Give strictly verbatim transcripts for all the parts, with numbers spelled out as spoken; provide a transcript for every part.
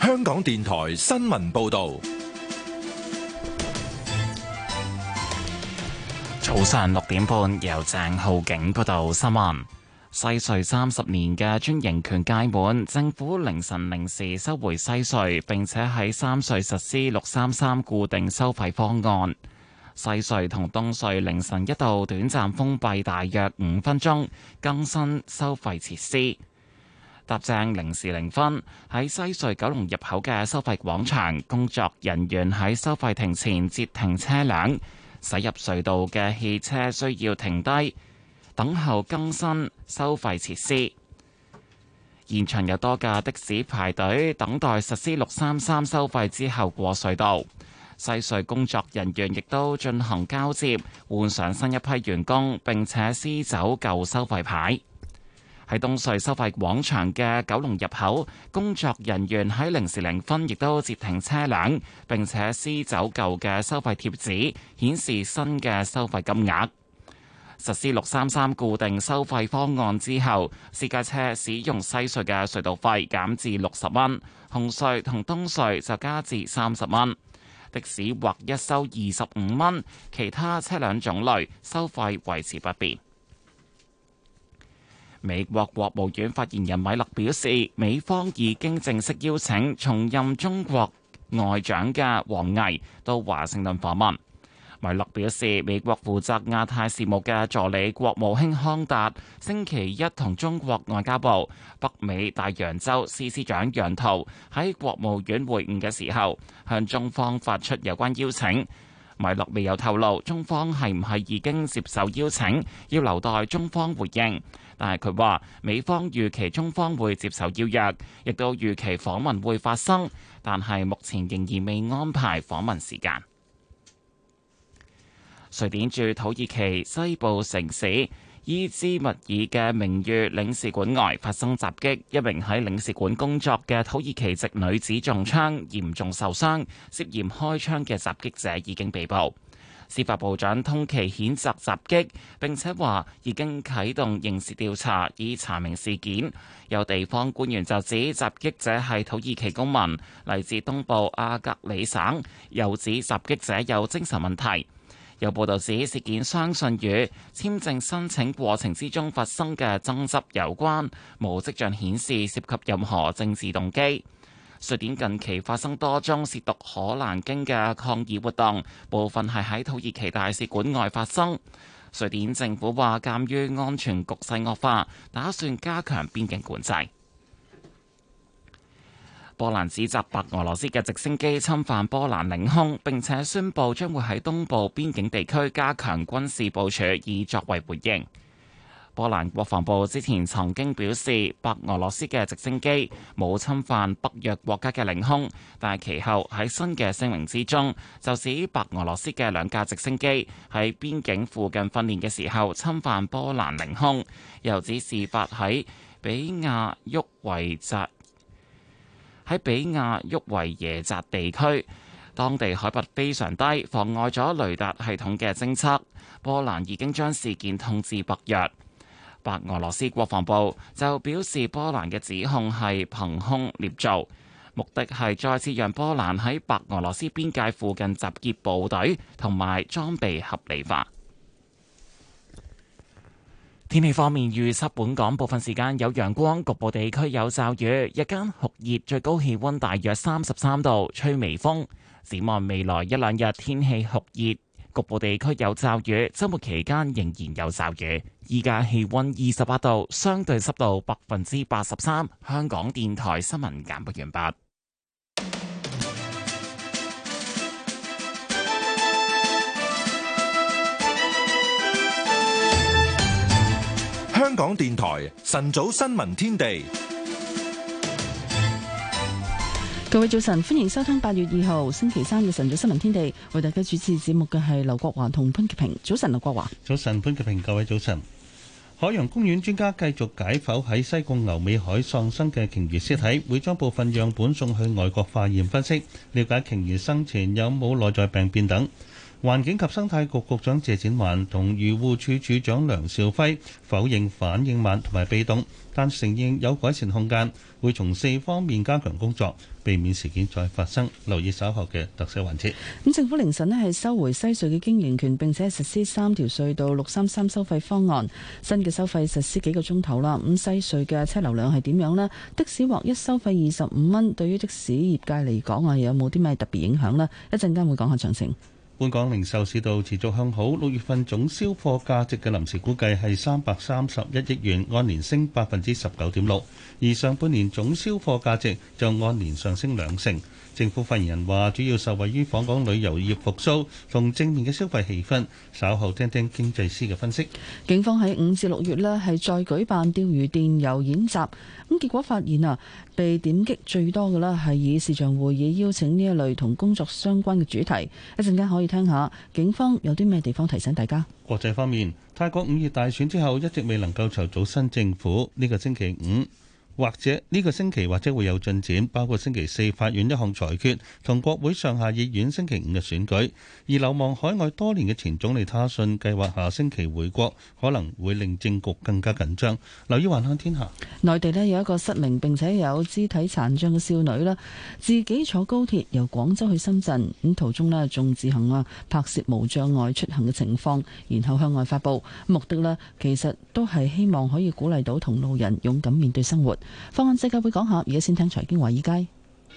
香港電台新聞報道。 早上六點半，由鄭浩景報道新聞。西隧三十年嘅專營權屆滿，政府凌晨零時收回西隧，並且喺三隧實施六三三固定收費方案。西隧同東隧凌晨一度短暫封閉大約五分鐘，更新收費設施。搭正零時零分，喺西隧九龍入口嘅收費廣場，工作人員喺收費亭前截停車輛，駛入隧道嘅汽車需要停低等候更新收費設施。現場有多架的士排隊等待實施六三三收費之後過隧道。西隧工作人員亦都進行交接，換上新一批員工，並且撕走舊收費牌。喺東隧收費廣場嘅九龍入口，工作人員喺零時零分亦都截停車輛，並且撕走舊嘅收費貼紙，顯示新嘅收費金額。實施六三三固定收費方案之後，私家車使用西隧嘅隧道費減至六十蚊，紅隧同東隧就加至三十蚊。的士劃一收二十五蚊，其他車輛種類收費維持不變。美國國務院發言人米勒表示，美方已經正式邀請重任中國外長嘅王毅到華盛頓訪問。米勒表示，美國負責亞太事務嘅助理國務卿康達星期一同中國外交部北美大洋洲司司長楊濤喺國務院會晤嘅時候，向中方發出有關邀請。米勒未有透露中方係唔係已經接受邀請，要留待中方回應。但係佢話，美方預期中方會接受邀約，亦都預期訪問會發生，但係目前仍然未安排訪問時間。瑞典駐土耳其西部城市伊茲密爾嘅名譽領事館外發生襲擊，一名喺領事館工作嘅土耳其籍女子中槍，嚴重受傷，涉嫌開槍嘅襲擊者已經被捕。司法部長通奇譴責襲擊，並且話已經啟動刑事調查，以查明事件。有地方官員就指襲擊者係土耳其公民，嚟自東部阿格里省，又指襲擊者有精神問題。有報道指事件相信與簽證申請過程之中發生嘅爭執有關，無跡象顯示涉及任何政治動機。瑞典近期發生多宗褻瀆可蘭經嘅抗議活動，部分係喺土耳其大使館外發生。瑞典政府話，鑑於安全局勢惡化，打算加強邊境管制。波蘭指責白俄羅斯嘅直升機侵犯波蘭領空，並且宣布將會喺東部邊境地區加強軍事部署，以作為回應。波蘭國防部之前曾經表示，白俄羅斯嘅直升機冇侵犯北約國家嘅領空，但係其後喺新嘅聲明之中，就指白俄羅斯嘅兩架直升機喺邊境附近訓練嘅時候侵犯波蘭領空，又指事發喺比亞沃維扎。喺比亞沃維耶澤地區，當地海拔非常低，妨礙咗雷達系統嘅偵測。波蘭已經將事件通知北約。白俄羅斯國防部就表示，波蘭嘅指控係憑空捏造，目的係再次讓波蘭喺白俄羅斯邊界附近集結部隊同埋裝備合理化。天氣方面，預測本港部分時間有陽光，局部地區有驟雨，日間酷熱，最高氣溫大約三十三度，吹微風。展望未來一兩日天氣酷熱，局部地區有驟雨，周末期間仍然有驟雨。依家氣溫二十八度，相對濕度百分之八十三。香港電台新聞簡報完畢。 香港電台晨早新聞天地， 各位早晨，歡迎收聽八月二號星期三嘅晨早新聞天地。為大家主持節目嘅係劉國華同潘潔平。早晨，劉國華。 早晨，潘潔平。各位早晨。海洋公園專家繼續解剖喺西貢牛尾海喪生嘅鯨魚屍體，會將部分樣本送去外國化驗分析，了解鯨魚生前有冇內在病變等。 環境及生態局局長謝展寰同漁護署署長梁肇輝否認反應慢同埋被動，但承認有改善空間，會從四方面加強工作，避免事件再發生。留意稍後嘅特寫環節。 咁政府凌晨咧係收回西隧嘅經營權，並且實施三條隧道六三三收費方案。新嘅收費實施幾個鐘頭啦。咁西隧嘅車流量係點樣呢？的士劃一收費二十五蚊，對於的士業界嚟講啊，有冇啲咩特別影響呢？一陣間會講下詳情。 本港零售市道持續向好，六月份總銷貨價值嘅臨時估計係三百三十一億元，按年升百分之十九點六，而上半年總銷貨價值就按年上升兩成。政府發言人話，主要受惠於訪港旅遊業復甦同正面嘅消費氣氛。稍後聽聽經濟師嘅分析。 警方喺五至六月呢係再舉辦釣魚電郵演習，咁結果發現啊，被點擊最多嘅啦係以視像會議邀請呢一類同工作相關嘅主題。一陣間可以聽下警方有啲咩地方提醒大家。 國際方面，泰國五月大選之後一直未能夠籌組新政府，呢、這個星期五。或者呢個星期或者會有進展，包括星期四法院一項裁決同國會上下議院星期五嘅選舉。而流亡海外多年嘅前總理他信計劃下星期回國，可能會令政局更加緊張。留意環看天下。 內地呢有一個失明並且有肢體殘障嘅少女啦，自己坐高鐵由廣州去深圳，咁途中呢仲自行啊拍攝無障礙出行嘅情況，然後向外發布，目的呢其實都係希望可以鼓勵到同路人勇敢面對生活。放眼世界會講下，而家先聽財經華爾街。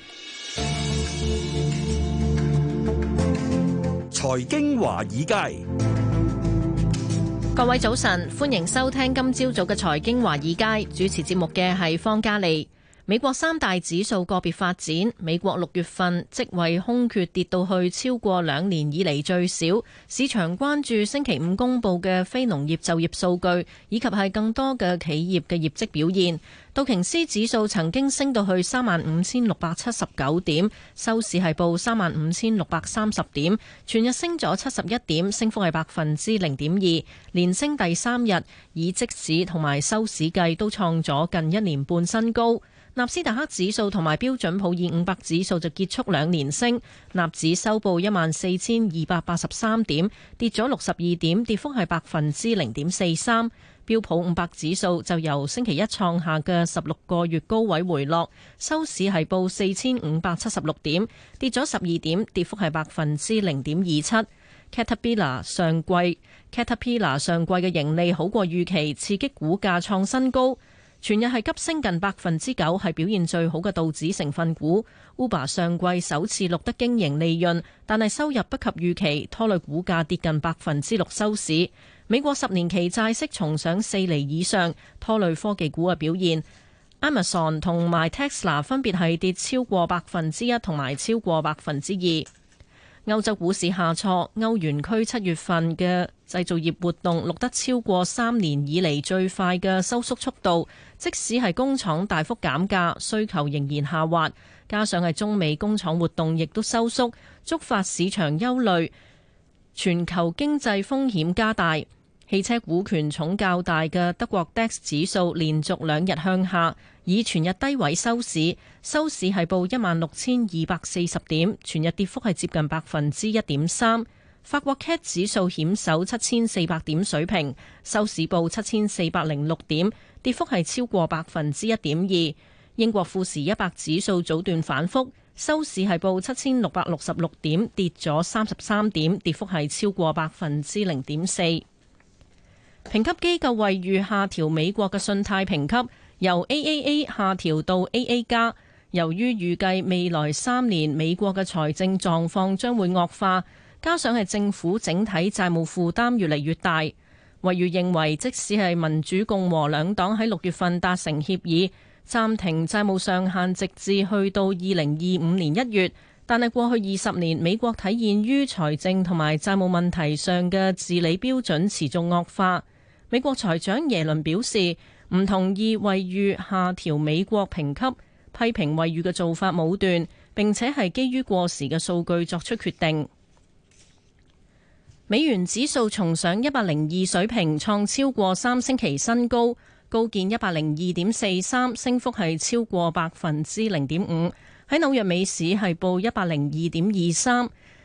財經華爾街， 各位早晨，歡迎收聽今朝早嘅財經華爾街。主持節目嘅係方嘉利。美國三大指數個別發展，美國六月份職位空缺跌到去超過兩年以嚟最少，市場關注星期五公佈嘅非農業就業數據，以及係更多嘅企業嘅業績表現。道瓊斯指數曾經升到去三萬五千六百七十九點，收市係報三萬五千六百三十點，全日升咗七十一點，升幅係百分之零點二，連升第三日，以即市同埋收市計都創咗近一年半新高。納斯達克指數同埋標準普爾五百指數就結束兩年升，納指收報一萬四千二百八十三點，跌咗六十二點，跌幅係百分之零點四三。標普五百指數就由星期一創下嘅十六個月高位回落，收市係報四千五百七十六點，跌咗十二點，跌幅係百分之零點二七。Caterpillar 上季 Caterpillar 上季嘅盈利好過預期，刺激股價創新高。全日係急升近百分之九，係表現最好嘅道指成分股。Uber 上季首次錄得經營利潤，但係收入不及預期，拖累股價跌近百分之六收市。美國十年期債息重上四厘以上，拖累科技股嘅表現。Amazon 同埋 Tesla 分別係跌超過百分之一同埋超過百分之二。歐洲股市下挫，歐元區七月份嘅製造業活動錄得超過三年以嚟最快嘅收縮速度，即使係工廠大幅減價，需求仍然下滑，加上係中美工廠活動亦都收縮，觸發市場憂慮，全球經濟風險加大。汽車股權重較大嘅德國 D A X 指數連續兩日向下，以全日低位收市，收市係報一萬六千二百四十點，全日跌幅係接近百分之一點三。法國 C A T 指數險守七千四百點水平，收市報七千四百零六點，跌幅係超過百分之一點二。英國富時一百指數早段反覆，收市係報七千六百六十六點，跌咗三十三點，跌幅係超過百分之零點四。評級機構惠譽下調美國嘅信貸評級，由 A A A 下調到 A A 加。由於預計未來三年美國嘅財政狀況將會惡化，加上係政府整體債務負擔越嚟越大，惠譽認為即使係民主共和兩黨喺六月份達成協議，暫停債務上限直至去到二零二五年一月，但係過去二十年美國體現於財政同埋債務問題上嘅治理標準持續惡化。美國財長耶倫表示唔同意惠譽下調美國評級，批評惠譽嘅做法武斷，並且係基於過時嘅數據作出決定。美元指數重上一百零二水平，創超過三星期新高，高見一百零二點四三，升幅係超過百分之零點五。喺紐約美市係報一百零二點二三。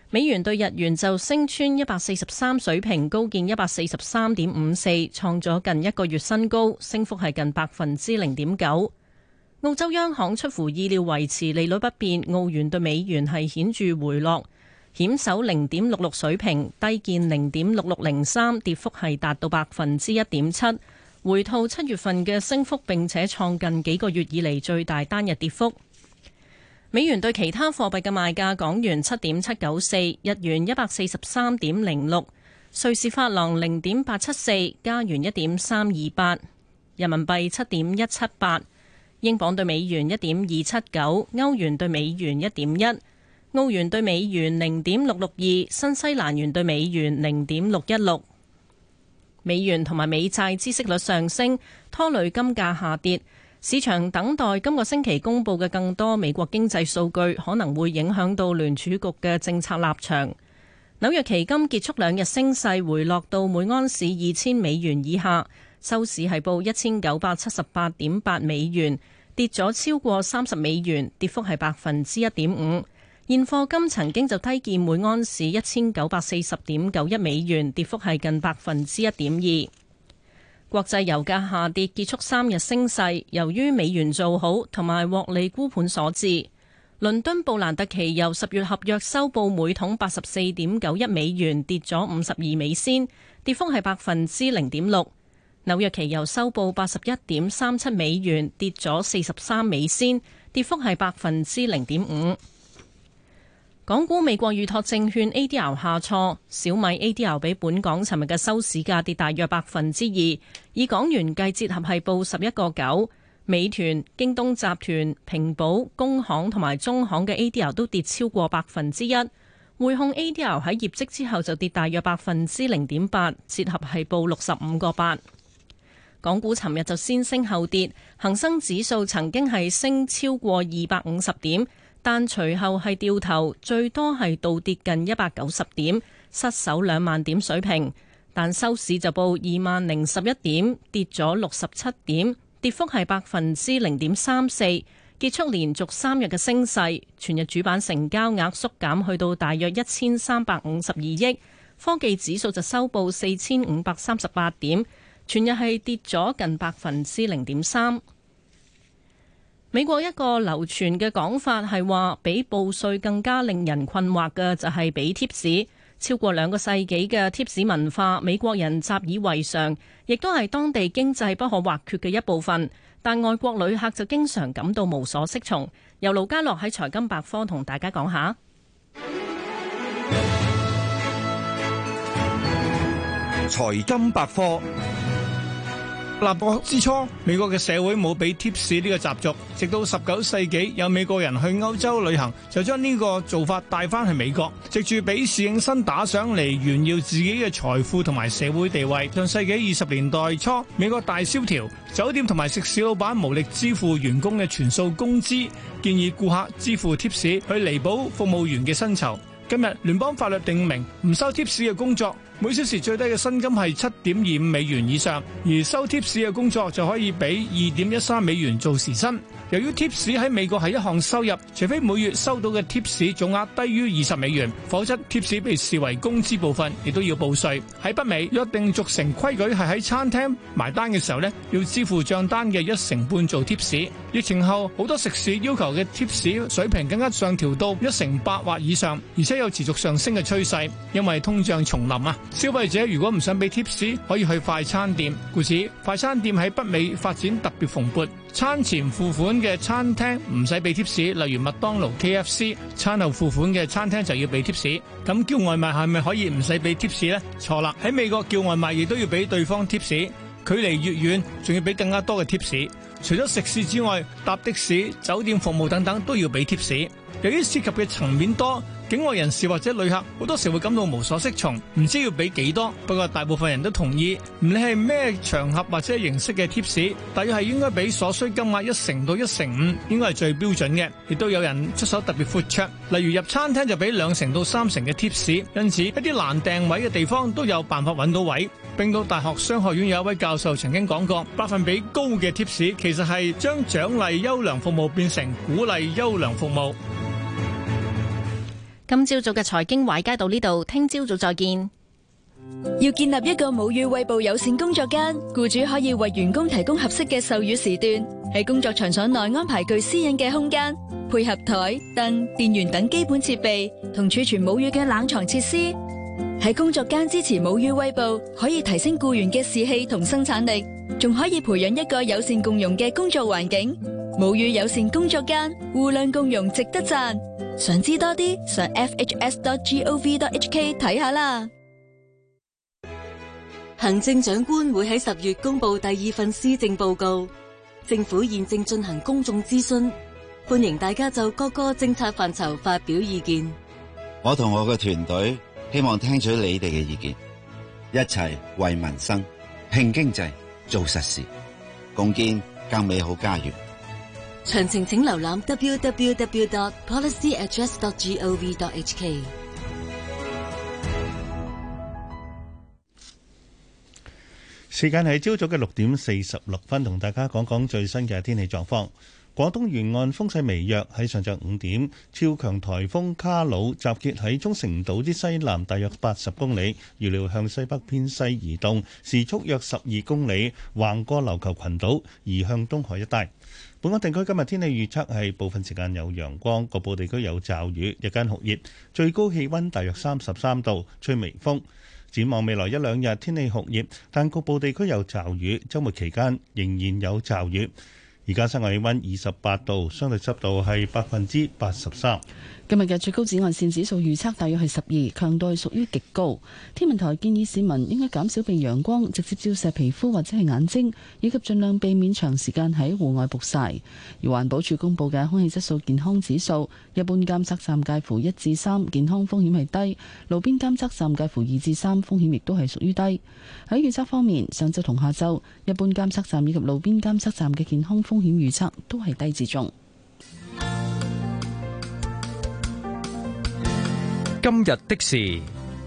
美元對日元就升穿一百四十三水平，高見一百四十三點五四，創咗近一個月新高，升幅係近百分之零點九。澳洲央行出乎意料維持利率不變，澳元對美元係顯著回落，險守零點六六水平，低見零點六六零三，跌幅係達到百分之一點七，回吐七月份嘅升幅，並且創近幾個月以嚟最大單日跌幅。美元對其他貨幣嘅賣價：港元七點七九四，日元一百四十三點零六，瑞士法郎零點八七四，加元一點三二八，人民幣七點一七八，英鎊對美元一點二七九，歐元對美元一點一，澳元對美元零點六六二，新西蘭元對美元零點六一六。美元同埋美債孳息率上升，拖累金價下跌。市場等待今個星期公布嘅更多美國經濟數據，可能會影響到聯儲局嘅政策立場。紐約期金結束兩日升勢，回落到每安士二千美元以下，收市係報一千九百七十八點八美元，跌咗超過三十美元，跌幅係百分之一點五。現貨金曾經就低見每安士一千九百四十點九一美元，跌幅係近百分之一點二。國際油價下跌，結束三日升勢，由於美元做好同埋獲利沽盤所致。倫敦布蘭特期油十月合約收報每桶八十四點九一美元，跌咗五十二美仙，跌幅係百分之零點六。紐約期油收報八十一點三七美元，跌咗四十三美仙，跌幅係百分之零點五。港股美國預託證券 A D R 下挫，小米 A D R 比本港尋日嘅收市價跌大約百分之二，以港元計折合係報十一個九。美團、京東集團、平保、工行同埋中行嘅 A D R 都跌超過百分之一。匯控 A D R 喺業績之後就跌大約百分之零點八，折合係報六十五個八。港股尋日就先升後跌，恒生指數曾經係升超過二百五十點。但隨後係掉頭，最多係倒跌近一百九十點，失守兩萬點水平。但收市就報二萬零十一點，跌咗六十七點，跌幅係百分之零點三四，結束連續三日嘅升勢。全日主板成交額縮減去到大約一千三百五十二億。科技指數就收報四千五百三十八點，全日係跌咗近百分之零點三。美國一個流傳嘅講法係話，比報稅更加令人困惑嘅就係俾貼士。超過兩個世紀嘅貼士文化，美國人習以為常，亦都係當地經濟不可或缺嘅一部分。但外國旅客就經常感到無所適從。由盧家樂喺財金百科同大家講下。 財金百科。 立國之初，美國嘅社會冇俾貼士呢個習俗，直到十九世紀有美國人去歐洲旅行，就將呢個做法帶翻去美國，藉住俾侍應生打賞嚟炫耀自己嘅財富同埋社會地位。上世紀二十年代初，美國大蕭條，酒店同埋食肆老闆無力支付員工嘅全數工資，建議顧客支付貼士去彌補服務員嘅薪酬。今日聯邦法律定明，唔收貼士嘅工作，每小時最低嘅薪金係七點二五美元以上，而收貼士嘅工作就可以俾二點一三美元做時薪。由於貼士喺美國係一項收入，除非每月收到嘅貼士總額低於二十美元，否則貼士被視為工資部分，亦都要報稅。喺北美約定俗成規矩係喺餐廳埋單嘅時候呢，要支付賬單嘅一成半做貼士。疫情後好多食肆要求嘅貼士水平更加上調到一成八或以上，而且有持續上升嘅趨勢，因為通脹重臨啊！消費者如果唔想俾貼士，可以去快餐店，故此快餐店喺北美發展特別蓬勃。餐前付款嘅餐廳唔使俾貼士，例如麥當勞、K F C； 餐後付款嘅餐廳就要俾貼士。咁叫外賣係咪可以唔使俾貼士呢？錯啦！喺美國叫外賣亦都要俾對方貼士，距離越遠仲要俾更加多嘅貼士。除咗食肆之外，搭的士、酒店服務等等都要俾貼士。由於涉及嘅層面多，境外人士或者旅客好多時會感到無所適從，唔知要俾幾多。不過大部分人都同意，唔理係咩場合或者形式嘅貼士，大約係應該俾所需金額一成到一成五，應該係最標準嘅。亦都有人出手特別闊綽，例如入餐廳就俾兩成到三成嘅貼士，因此一啲難訂位嘅地方都有辦法揾到位。冰島大學商學院有一位教授曾經講過，百分比高嘅貼士其實係將獎勵優良服務變成鼓勵優良服務。 今朝早嘅財經華爾街到呢度，聽朝早再見。 要建立一個母乳餵哺友善工作間，僱主可以為員工提供合適嘅授乳時段，喺工作場所內安排具私隱嘅空間，配合台、凳、電源等基本設備，同儲存母乳嘅冷藏設施。喺工作間支持母乳餵哺，可以提升僱員嘅士氣同生產力，仲可以培養一個友善共融嘅工作環境。母乳友善工作間，互諒共融，值得讚。想知多啲，上 f h s dot gov dot h k 睇下啦。 行政長官會喺十月公布第二份施政報告，政府現正進行公眾諮詢，歡迎大家就各個政策範疇發表意見。 我同我嘅團隊希望聽取你哋嘅意見，一齊為民生、拼經濟、做實事，共建更美好家園。 詳情請瀏覽 w w w dot policy address dot gov dot h k。 時間係朝早嘅六點四十六分，同大家講講最新嘅天氣狀況。廣東沿岸風勢微弱，喺上晝五點，超強颱風卡努集結喺沖繩島之西南大約八十公里，預料向西北偏西移動，時速約十二公里，橫過琉球群島，移向東海一帶。本港地區今日天氣預測係部分時間有陽光，局部地區有驟雨，日間酷熱，最高氣溫大約三十三度，吹微風。展望未來一兩日天氣酷熱，但局部地區有驟雨，週末期間仍然有驟雨。而家室外氣溫二十八度，相對濕度係百分之八十三。 今日嘅最高紫外線指數預測大約係十二，強度係屬於極高。天文台建議市民應該減少被陽光直接照射皮膚或者係眼睛，以及盡量避免長時間喺戶外曝曬。而環保署公布嘅空氣質素健康指數，一般監測站介乎一至三，健康風險係低；路邊監測站介乎二至三，風險亦都係屬於低。喺預測方面，上晝同下晝，一般監測站以及路邊監測站嘅健康風險預測都係低至中。 今日的事，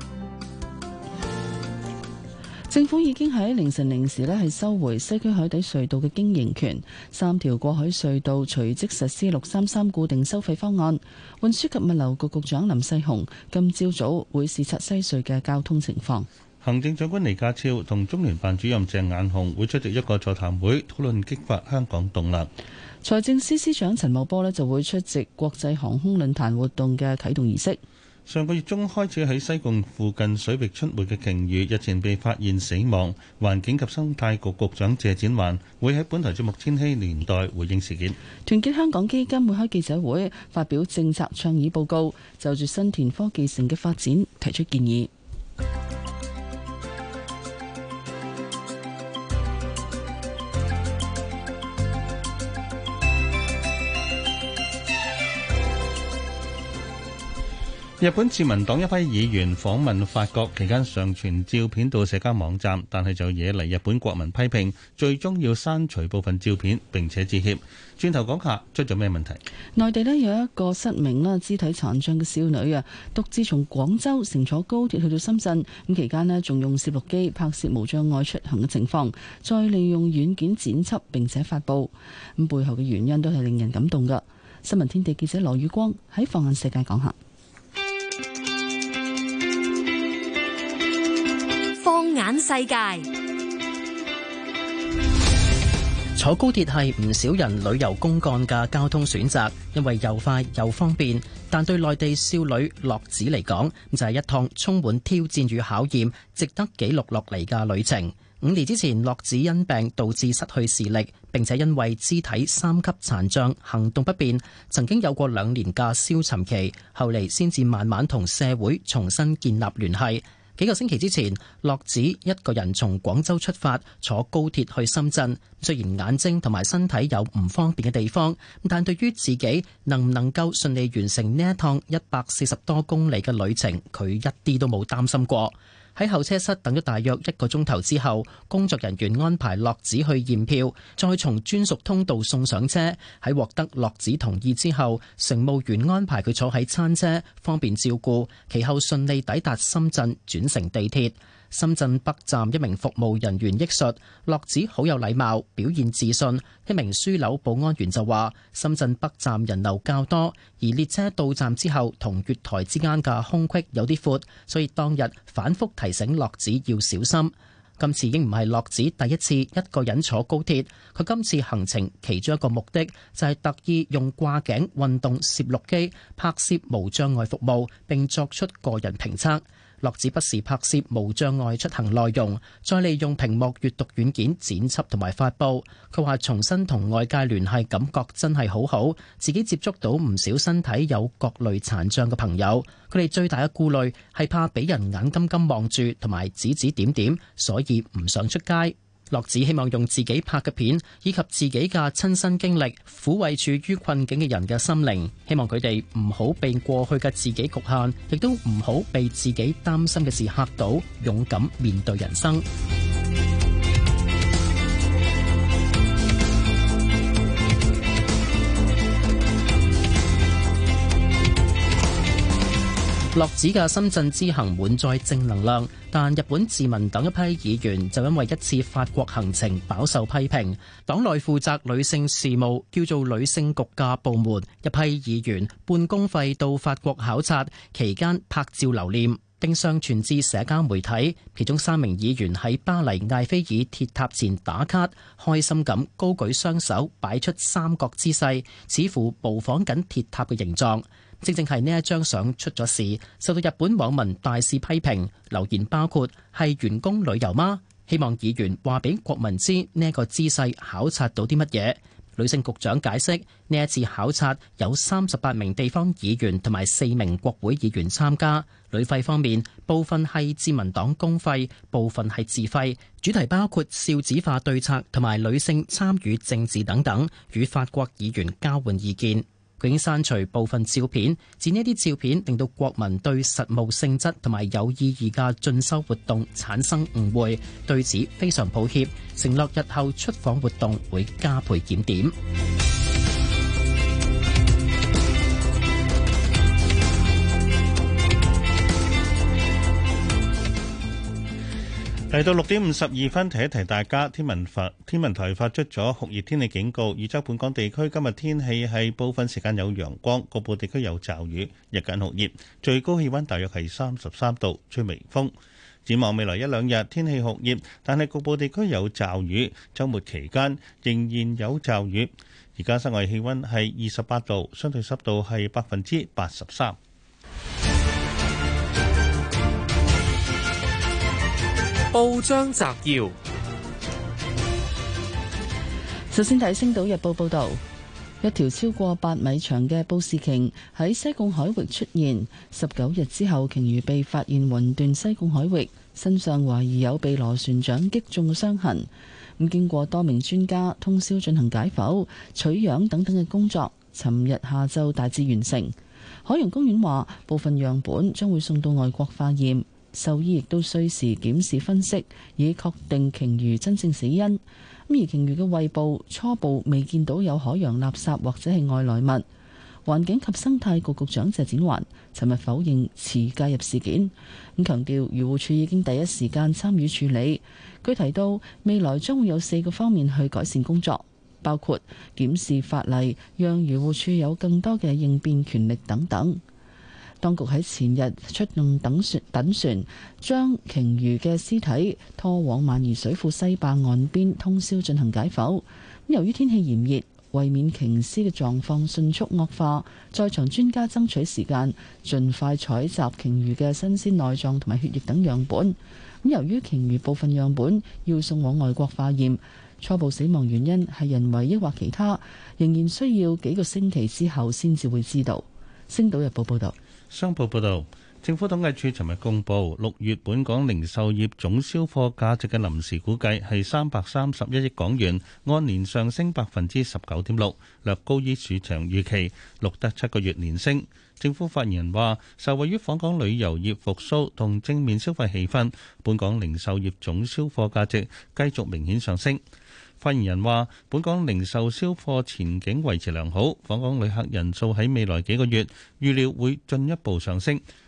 政府已經喺凌晨零時咧係收回西區海底隧道嘅經營權，三條過海隧道隨即實施六三三固定收費方案。運輸及物流局局長林世雄今朝早會視察西隧嘅交通情況。 行政長官李家超同中聯辦主任鄭雁雄會出席一個座談會，討論激發香港動能。 財政司司長陳茂波咧就會出席國際航空論壇活動嘅啟動儀式。 上個月中開始喺西貢附近水域出沒嘅鯨魚，日前被發現死亡。環境及生態局局長謝展寰會喺本台節目《千禧年代》回應事件。 團結香港基金會開記者會發表政策倡議報告，就住新田科技城嘅發展提出建議。 日本自民黨一批議員訪問法國期間上傳照片到社交網站，但係就惹嚟日本國民批評，最終要刪除部分照片並且致歉。轉頭講下出咗咩問題？ 內地呢有一個失明啦、肢體殘障嘅少女啊，獨自從廣州乘坐高鐵去到深圳，咁期間呢仲用攝錄機拍攝無障礙出行嘅情況，再利用軟件剪輯並且發布。咁背後嘅原因都係令人感動噶。新聞天地記者羅宇光喺放眼世界講下。 放眼世界， 坐高鐵係唔少人旅遊公幹嘅交通選擇，因為又快又方便。但對內地少女樂子嚟講，就係一趟充滿挑戰與考驗，值得記錄落嚟嘅旅程。五年之前，樂子因病導致失去視力，並且因為肢體三級殘障，行動不便，曾經有過兩年嘅消沉期，後嚟先至慢慢同社會重新建立聯繫。幾個星期之前，樂子一個人從廣州出發，坐高鐵去深圳。雖然眼睛同埋身體有唔方便嘅地方，但對於自己能唔能夠順利完成呢一趟一百四十多公里嘅旅程，佢一啲都冇擔心過。喺候車室等咗大約一個鐘頭之後，工作人員安排樂子去驗票，再從專屬通道送上車。喺獲得樂子同意之後，乘務員安排佢坐喺餐車，方便照顧。其後順利抵達深圳，轉乘地鐵。 深圳北站一名服務人員憶述，樂子好有禮貌，表現自信。一名樞紐保安員就話，深圳北站人流較多，而列車到站之後同月台之間嘅空隙有啲闊，所以當日反覆提醒樂子要小心。今次已經唔係樂子第一次一個人坐高鐵，佢今次行程其中一個目的就係特意用掛頸運動攝錄機拍攝無障礙服務，並作出個人評測。樂子不時拍攝無障礙出行內容，再利用屏幕閱讀軟件剪輯同埋發布。佢話重新同外界聯繫感覺真係好好，自己接觸到唔少身體有各類殘障嘅朋友，佢哋最大嘅顧慮係怕俾人眼金金望住同埋指指點點，所以唔想出街。樂子希望用自己拍嘅片以及自己嘅親身經歷撫慰處於困境嘅人嘅心靈，希望佢哋唔好被過去嘅自己局限，亦都唔好被自己擔心嘅事嚇到，勇敢面對人生。樂子嘅深圳之行滿載正能量，但日本自民黨一批議員就因為一次法國行程飽受批評。黨內負責女性事務叫做女性局嘅部門，一批議員半公費到法國考察，期間拍照留念，並上傳至社交媒體。其中三名議員喺巴黎艾菲爾鐵塔前打卡，開心咁高舉雙手，擺出三角姿勢，似乎模仿緊鐵塔嘅形狀。正正係呢一張相出咗事，受到日本網民大肆批評，留言包括係員工旅遊嗎？希望議員話俾國民知呢一個姿勢考察到啲乜嘢。女性局長解釋，呢一次考察有三十八名地方議員同埋四名國會議員參加，旅費方面部分係自民黨公費，部分係自費，主題包括少子化對策同埋女性參與政治等等，與法國議員交換意見。佢已經刪除部分照片，指呢啲照片令到國民對實務性質同埋有意義嘅進修活動產生誤會，對此非常抱歉，承諾日後出訪活動會加倍檢點。 嚟到六點五十二分，提一提大家，天文發天文台發出咗酷熱天氣警告，預測本港地區今日天氣係部分時間有陽光，局部地區有驟雨，日間酷熱，最高氣溫大約係三十三度，吹微風。展望未來一兩日天氣酷熱，但係局部地區有驟雨，週末期間仍然有驟雨。而家室外氣溫係二十八度，相對濕度係百分之八十三。 報章摘要： 首先睇《星島日報》報道，一條超過八米長嘅布氏鯨喺西貢海域出現，十九日之後，鯨魚被發現魂斷西貢海域，身上懷疑有被螺旋槳擊中嘅傷痕。咁經過多名專家通宵進行解剖、取樣等等嘅工作，尋日下晝大致完成。海洋公園話，部分樣本將會送到外國化驗。獸醫亦都需時檢視分析，以確定鯨魚真正死因。咁而鯨魚嘅胃部初步未見到有海洋垃圾或者係外來物。環境及生態局局長謝展寰尋日否認遲介入事件，咁強調漁護署已經第一時間參與處理。佢提到未來將會有四個方面去改善工作，包括檢視法例，讓漁護署有更多嘅應變權力等等。當局喺前日出動等船等船，將鯨魚嘅屍體拖往萬宜水庫西壩岸邊，通宵進行解剖。由於天氣炎熱，為免鯨屍嘅狀況迅速惡化，在場專家爭取時間，盡快採集鯨魚嘅新鮮內臟同埋血液等樣本。咁由於鯨魚部分樣本要送往外國化驗，初步死亡原因係人為抑或其他，仍然需要幾個星期之後先至會知道。星島日報報道。 商報報導，政府統計處尋日公布，六月本港零售業總銷貨價值嘅臨時估計係三百三十一億港元，按年上升百分之十九點六，略高於市場預期，錄得七個月連升。政府發言人話，受惠於訪港旅遊業復甦同正面消費氣氛，本港零售業總銷貨價值繼續明顯上升。發言人話，本港零售銷貨前景維持良好，訪港旅客人數喺未來幾個月預料會進一步上升。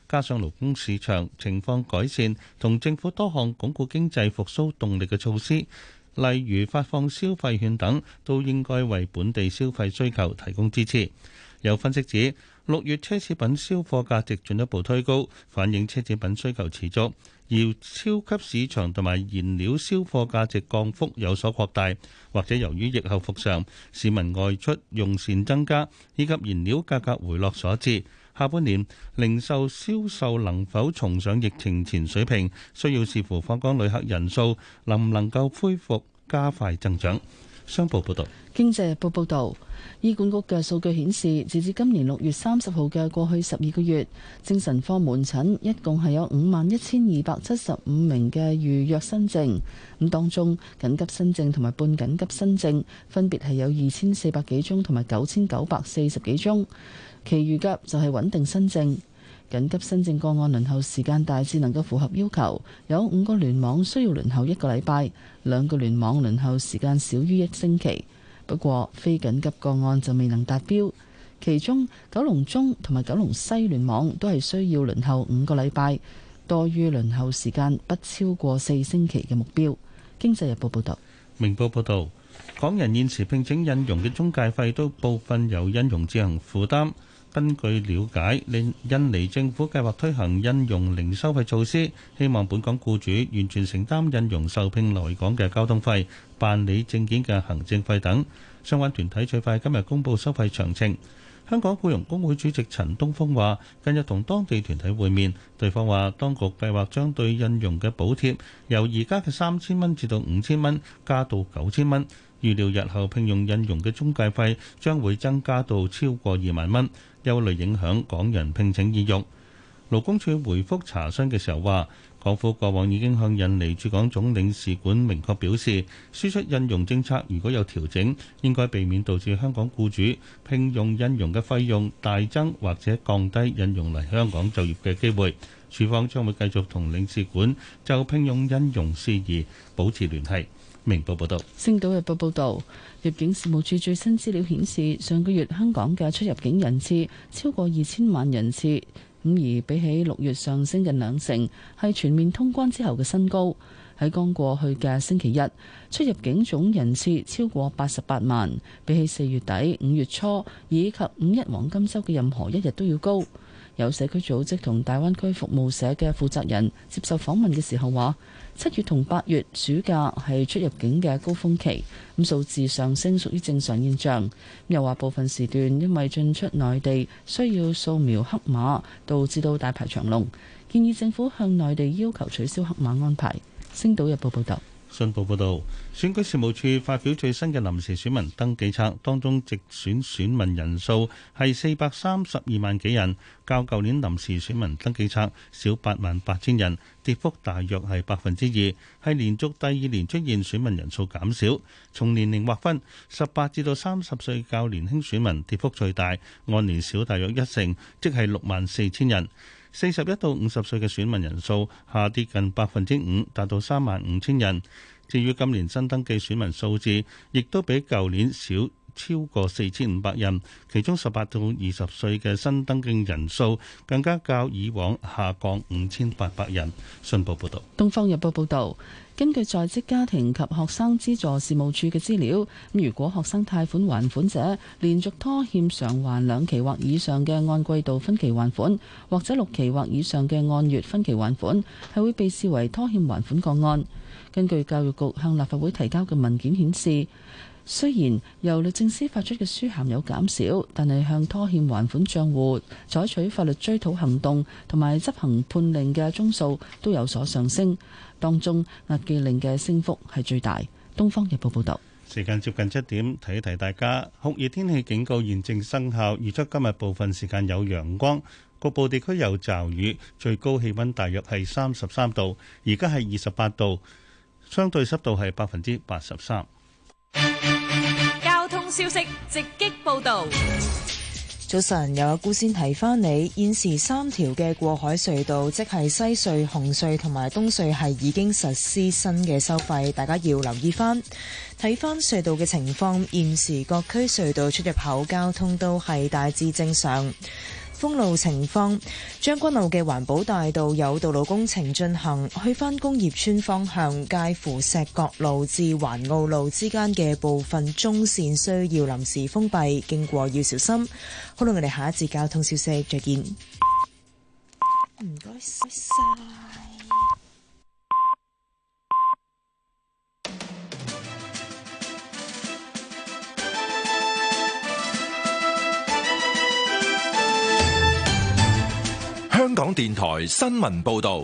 加上勞工市場情況改善，同政府多項鞏固經濟復甦動力嘅措施，例如發放消費券等，都應該為本地消費需求提供支持。有分析指，六月奢侈品銷貨價值進一步推高，反映奢侈品需求持續，而超級市場同埋燃料銷貨價值降幅有所擴大，或者由於疫後復常，市民外出用膳增加，以及燃料價格回落所致。下半年零售銷售能否重上疫情前水平，需要視乎訪港旅客人數能唔能夠恢復加快增長。商報報導。 經濟日報報導，醫管局嘅數據顯示，截至今年六月三十號嘅過去十二個月，精神科門診一共係有五萬一千二百七十五名嘅預約新症，咁當中緊急新症同埋半緊急新症分別係有二千四百幾宗同埋九千九百四十幾宗，其餘嘅就係穩定新症。緊急新症個案輪候時間大致能夠符合要求，有五個聯網需要輪候一個禮拜，兩個聯網輪候時間少於一星期。不過非緊急個案就未能達標，其中九龍中同埋九龍西聯網都係需要輪候五個禮拜，多於輪候時間不超過四星期嘅目標。經濟日報報道。 明報報道，港人現時聘請印傭嘅中介費都部分由印傭自行負擔。根據了解，令印尼政府計劃推行印傭零收費措施，希望本港僱主完全承擔印傭受聘來港嘅交通費、辦理證件嘅行政費等。相關團體最快今日公布收費詳情。香港僱傭工會主席陳東峰話，近日同當地團體會面，對方話當局計劃將對印傭嘅補貼由而家嘅三千蚊至到五千蚊加到九千蚊，預料日後聘用印傭嘅中介費將會增加到超過二萬蚊。憂慮影響港人聘請意欲。勞工處回覆查詢嘅時候話，港府過往已經向印尼駐港總領事館明確表示，輸出印傭政策如果有調整，應該避免導致香港僱主聘用印傭嘅費用大增，或者降低印傭嚟香港就業嘅機會。處方將會繼續同領事館就聘用印傭事宜保持聯繫。明報報道。 星島日報報道，入境事務處最新資料顯示，上個月香港嘅出入境人次超過二千萬人次，咁而比起六月上升近兩成，係全面通關之後嘅新高。喺剛過去嘅星期日，出入境總人次超過八十八萬，比起四月底、五月初以及五一黃金週嘅任何一日都要高。有社區組織同大灣區服務社嘅負責人接受訪問嘅時候話，七月同八月暑假係出入境嘅高峰期，咁數字上升屬於正常現象。又話部分時段因為進出內地需要掃描黑碼，導致到大排長龍，建議政府向內地要求取消黑碼安排。星島日報報道。 信報報導，選舉事務處發表最新嘅臨時選民登記冊，當中直選選民人數係四百三十二萬幾人，較舊年臨時選民登記冊少八萬八千人，跌幅大約係百分之二，係連續第二年出現選民人數減少。從年齡劃分，十八至到三十歲較年輕選民跌幅最大，按年少大約一成，即係六萬四千人。四十一到五十歲嘅選民人數下跌近百分之五，達到三萬五千人。至於今年新登記選民數字，亦都比舊年少超過四千五百人，其中十八到二十歲嘅新登記人數更加較以往下降五千八百人。信報報道。 東方日報報道，根據在職家庭及學生資助事務處嘅資料，如果學生貸款還款者連續拖欠償還兩期或以上嘅按季度分期還款，或者六期或以上嘅按月分期還款，係會被視為拖欠還款個案。根據教育局向立法會提交嘅文件顯示，雖然由律政司發出嘅書函有減少，但係向拖欠還款帳戶採取法律追討行動同埋執行判令嘅宗數都有所上升，當中押記令嘅升幅係最大。《東方日報》報道。 時間接近七點，提一提大家，酷熱天氣警告現正生效，預測今日部分時間有陽光，局部地區有驟雨，最高氣溫大約係三十三度，而家係二十八度。相對濕度係百分之八十三。 交通消息直擊報道。 早晨，有阿姑先提翻你，現時三條嘅過海隧道，即係西隧、紅隧同埋東隧，係已經實施新嘅收費，大家要留意翻。睇翻隧道嘅情況，現時各區隧道出入口交通都係大致正常。 封路情況，將軍澳嘅環保大道有道路工程進行，去返工業村方向介乎石角路至環澳路之間嘅部分中線需要臨時封閉，經過要小心。好啦，我哋下一節交通消息再見。唔該晒。 香港電台新聞報道。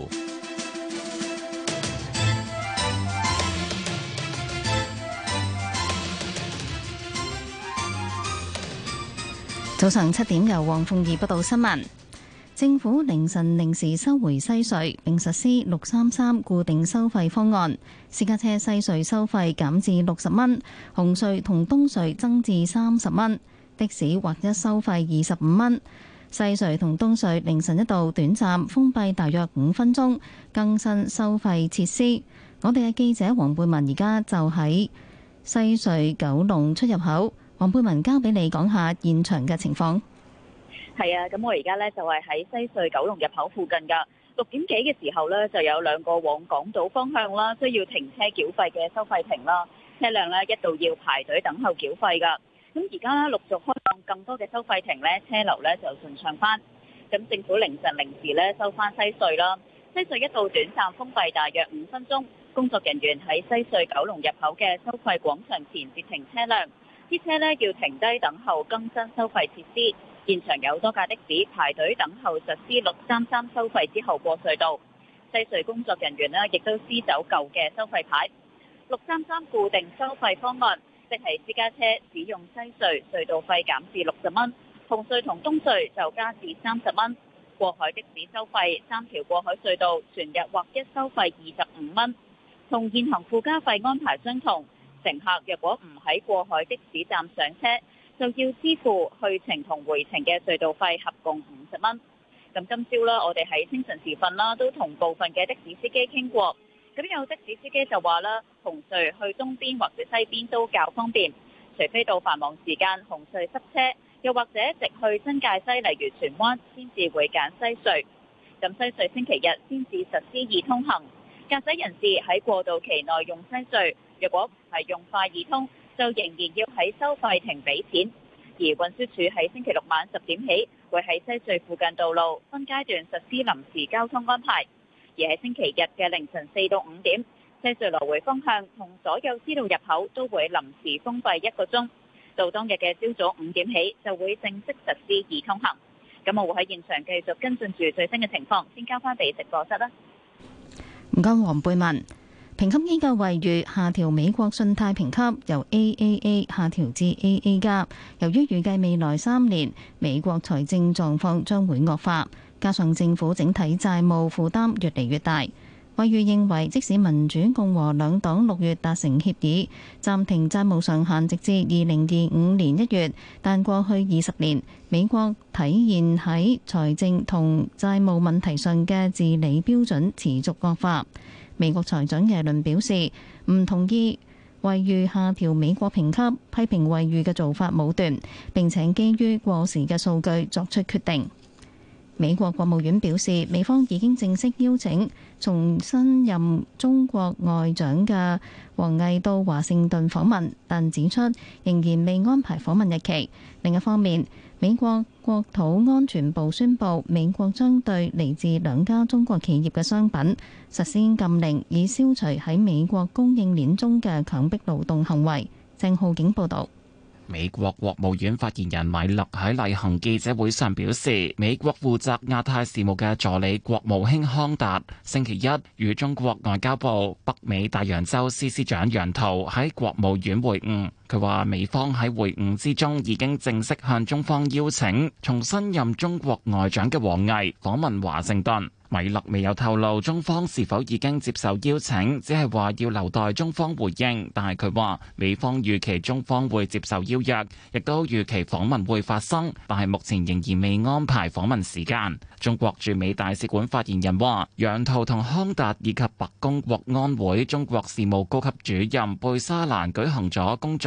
早上七點，由黃鳳儀報道新聞。政府凌晨零時收回西隧，並實施六三三固定收費方案。私家車西隧收費減至六十蚊，紅隧同東隧增至三十蚊，的士劃一收費二十五蚊。西隧同東隧凌晨一度短暫封閉大約五分鐘，更新收費設施。我哋嘅記者黃貝文而家就喺西隧九龍出入口。黃貝文交俾你講下現場嘅情況。 係啊，咁我而家呢就係喺西隧九龍入口附近噶。六點幾嘅時候呢，就有兩個往港島方向啦，需要停車繳費嘅收費亭啦，車輛呢一度要排隊等候繳費噶。咁而家陸續開放更多嘅收費亭呢，車流呢就順暢翻。咁政府凌晨零時呢收翻西隧啦，西隧一度短暫封閉大約五分鐘，工作人員喺西隧九龍入口嘅收費廣場前截停車輛，啲車呢要停低等候更新收費設施。現場有多架的士排隊等候實施六三三收費之後過隧道。西隧工作人員呢亦都撕走舊嘅收費牌。六三三固定收費方案，即係私家車使用西隧隧道費減至六十蚊，紅隧同東隧就加至三十蚊。過海的士收費三條過海隧道全日劃一收費二十五蚊，同現行附加費安排相同。乘客若果唔喺過海的士站上車，就要支付去程同回程嘅隧道費，合共五十蚊。咁今朝啦，我哋喺清晨時分啦，都同部分嘅的，的士司機傾過。咁有的士司機就話啦，紅隧去東邊或者西邊都較方便，除非到繁忙時間紅隧塞車，又或者直去新界西，例如荃灣，先至會揀西隧。咁西隧星期日先至實施易通行，駕駛人士喺過渡期內用西隧，若果唔係用快易通，就仍然要喺收費亭俾錢。而運輸署喺星期六晚十點起，會喺西隧附近道路分階段實施臨時交通安排。而喺星期日嘅凌晨四到五點，西隧來回方向同所有支路入口都會臨時封閉一個鐘。到當日嘅朝早五點起，就會正式實施易通行。咁我會喺現場繼續跟進住最新嘅情況，先交翻俾直播室啦。 唔該，黃貝文。評級機構惠譽下調美國信貸評級，由 A A A 下調至 A A 加。由於預計未來三年美國財政狀況將會惡化，加上政府整體債務負擔越嚟越大，惠譽認為即使民主共和兩黨六月達成協議，暫停債務上限直至二零二五年一月，但過去二十年美國體現喺財政同債務問題上嘅治理標準持續惡化。美國財長耶倫表示唔同意惠譽下調美國評級，批評惠譽嘅做法武斷，並且基於過時嘅數據作出決定。美國國務院表示，美方已經正式邀請從新任中國外長嘅王毅到華盛頓訪問，但指出仍然未安排訪問日期。另一方面，美國國土安全部宣布，美國將對嚟自兩家中國企業嘅商品實施禁令，以消除喺美國供應鏈中嘅強迫勞動行為。鄭浩景報導。 美國國務院發言人米勒喺例行記者會上表示，美國負責亞太事務嘅助理國務卿康達星期一與中國外交部北美大洋洲司司長楊濤喺國務院會晤。佢話美方喺會晤之中已經正式向中方邀請從新任中國外長嘅王毅訪問華盛頓。米勒未有透露中方是否已經接受邀請，只係話要留待中方回應。但係佢話美方預期中方會接受邀約，亦都預期訪問會發生，但係目前仍然未安排訪問時間。中國駐美大使館發言人話，楊濤同康達以及白宮國安會中國事務高級主任貝沙蘭舉行咗工作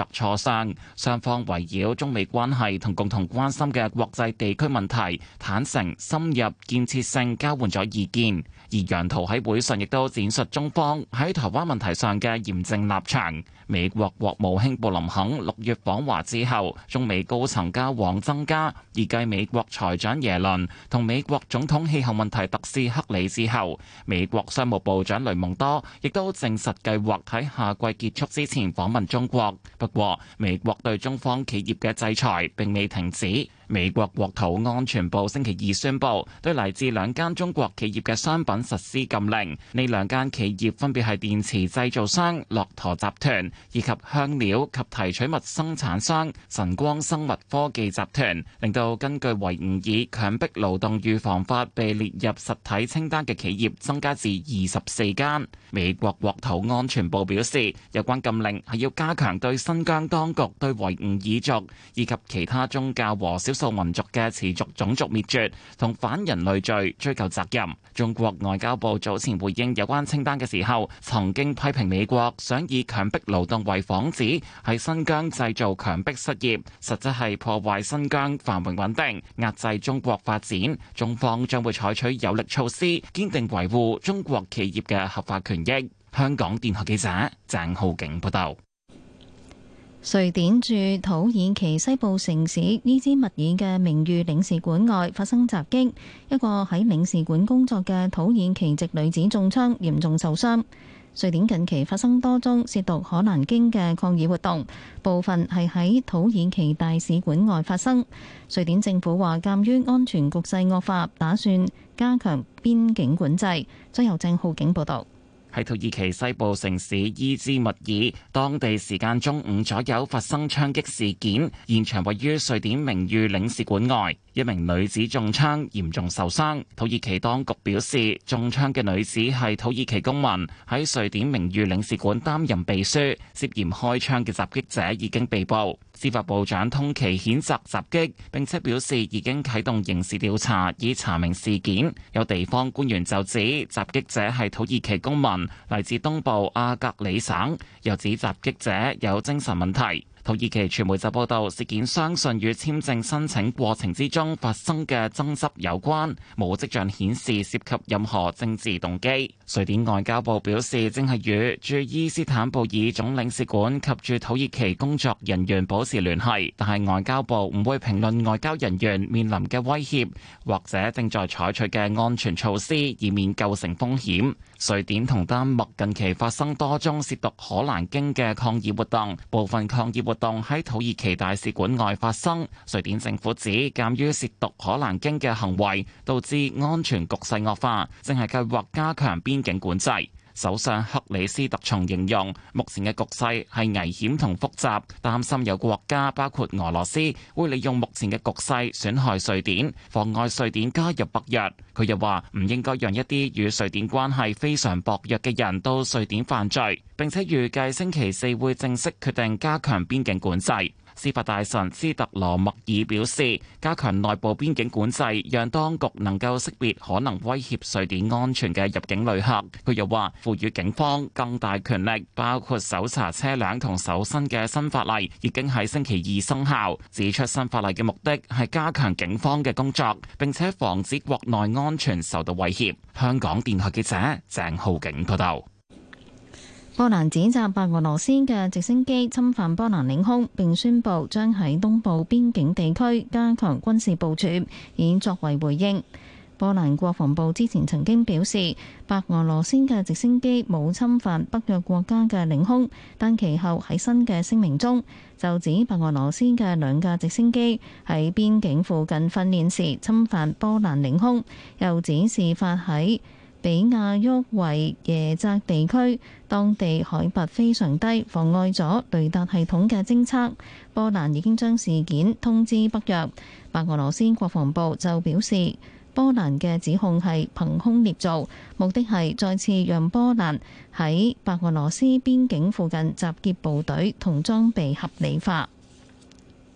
磋商，雙方圍繞中美關係同共同關心嘅國際地區問題，坦誠、深入、建設性交換咗意見。而楊濤喺會上亦都展述中方喺台灣問題上嘅嚴正立場。美國國務卿布林肯六月訪華之後，中美高層交往增加，而繼美國財長耶倫同美國總統氣候問題特使克里之後，美國商務部長雷蒙多亦都證實計劃喺夏季結束之前訪問中國。不過，美國對中方企業嘅制裁並未停止。美國國土安全部星期二宣布，對嚟自兩間中國企業嘅商品實施禁令。呢兩間企業分別係電池製造商駱駝集團以及香料及提取物生產商晨光生物科技集團，令到根據維吾爾強迫勞動預防法被列入實體清單嘅企業增加至二十四間。美國國土安全部表示，有關禁令係要加強對新疆當局對維吾爾族以及其他宗教和少數民族嘅持續種族滅絕同反人類罪追究責任。中國外交部早前回應有關清單嘅時候，曾經批評美國想以強迫勞動為幌子，喺新疆製造強迫失業，實質係破壞新疆繁榮穩定，壓制中國發展。中方將會採取有力措施，堅定維護中國企業嘅合法權益。香港電台記者鄭浩景報道。 瑞典駐土耳其西部城市伊茲密爾嘅名譽領事館外發生襲擊，一個喺領事館工作嘅土耳其籍女子中槍，嚴重受傷。瑞典近期發生多宗褻瀆可蘭經嘅抗議活動，部分係喺土耳其大使館外發生。瑞典政府話，鑑於安全局勢惡化，打算加強邊境管制。再由鄭浩景報道。 喺土耳其西部城市伊茲密爾，當地時間中午左右發生槍擊事件，現場位於瑞典名譽領事館外，一名女子中槍，嚴重受傷。土耳其當局表示，中槍嘅女子係土耳其公民，喺瑞典名譽領事館擔任秘書，涉嫌開槍嘅襲擊者已經被捕。司法部長通奇譴責襲擊，並且表示已經啟動刑事調查，以查明事件。有地方官員就指襲擊者係土耳其公民，嚟自東部阿格里省，又指襲擊者有精神問題。土耳其傳媒就報道，事件相信與簽證申請過程之中發生嘅爭執有關，冇跡象顯示涉及任何政治動機。瑞典外交部表示，正係與駐伊斯坦布爾總領事館及駐土耳其工作人員保持聯繫，但係外交部唔會評論外交人員面臨嘅威脅或者正在採取嘅安全措施，以免構成風險。瑞典同丹麥近期發生多宗褻瀆可蘭經嘅抗議活動，部分抗議活動喺土耳其大使館外發生。瑞典政府指，鑑於褻瀆可蘭經嘅行為導致安全局勢惡化，正係計劃加強邊境管制。首相克里斯特松形容目前嘅局勢係危險同複雜，擔心有國家包括俄羅斯會利用目前嘅局勢損害瑞典，妨礙瑞典加入北約。佢又話唔應該讓一啲與瑞典關係非常薄弱嘅人到瑞典犯罪，並且預計星期四會正式決定加強邊境管制。司法大臣斯特羅默爾表示，加強內部邊境管制，讓當局能夠識別可能威脅瑞典安全嘅入境旅客。佢又話，賦予警方更大權力，包括搜查車輛同搜身嘅新法例，已經喺星期二生效。指出新法例嘅目的係加強警方嘅工作，並且防止國內安全受到威脅。香港電台記者鄭浩景報道。 波蘭指責白俄羅斯嘅直升機侵犯波蘭領空，並宣布將喺東部邊境地區加強軍事部署，以作為回應。波蘭國防部之前曾經表示，白俄羅斯嘅直升機冇侵犯北約國家嘅領空，但其後喺新嘅聲明中就指白俄羅斯嘅兩架直升機喺邊境附近訓練時侵犯波蘭領空，又指事發喺比亞沃維耶澤地區，當地海拔非常低，妨礙咗雷達系統嘅偵測。波蘭已經將事件通知北約。白俄羅斯國防部就表示，波蘭嘅指控係憑空捏造，目的係再次讓波蘭喺白俄羅斯邊境附近集結部隊同裝備合理化。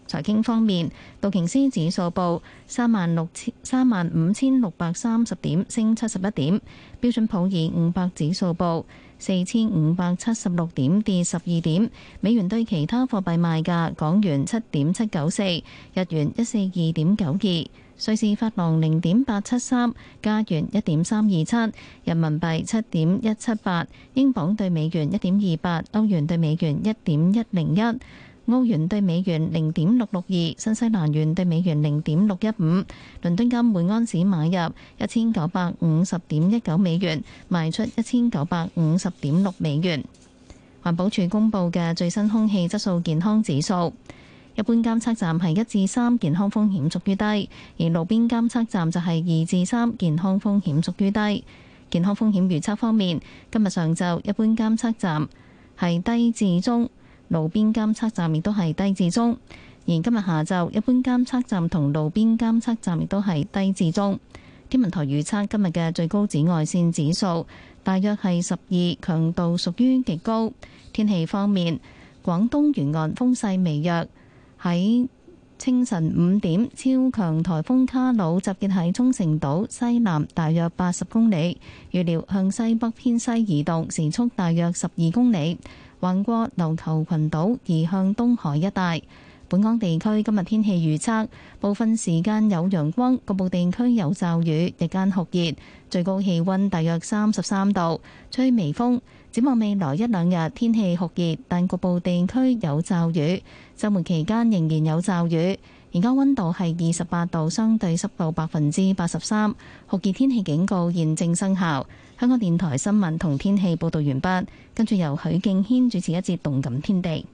財經方面，道瓊斯指數報三萬六千三萬五千六百三十點，升七十一點；標準普爾五百指數報四千五百七十六點，跌十二點。美元對其他貨幣賣價：港元七點七九四，日元一四二點九二，瑞士法郎零點八七三，加元一點三二七，人民幣七點一七八，英鎊對美元一點二八，歐元對美元一點一零一。澳元對美元零點六六二，新西蘭元對美元零點六一五。倫敦金每安士買入一千九百五十點一九美元，賣出一千九百五十點六美元。環保署公布嘅最新空氣質素健康指數，一般監測站係一至三，健康風險屬於低；而路邊監測站就係二至三，健康風險屬於低。健康風險預測方面，今日上晝一般監測站係低至中，路邊監測站亦都係低至中，而今日下晝一般監測站同路邊監測站亦都係低至中。天文台預測今日嘅最高紫外線指數大約係十二，強度屬於極高。天氣方面，廣東沿岸風勢微弱，喺清晨五點，超強颱風卡努集結喺沖繩島西南大約八十公里，預料向西北偏西移動，時速大約十二公里，橫過琉球群島移向東海一帶。本港地區今日天氣預測，部分時間有陽光，局部地區有驟雨，日間酷熱，最高氣溫大約三十三度，吹微風。展望未來一兩日天氣酷熱，但局部地區有驟雨，週末期間仍然有驟雨。而家溫度係二十八度，相對濕度百分之八十三，酷熱天氣警告現正生效。香港電台新聞同天氣報導完畢，跟住由許敬軒主持一節動感天地。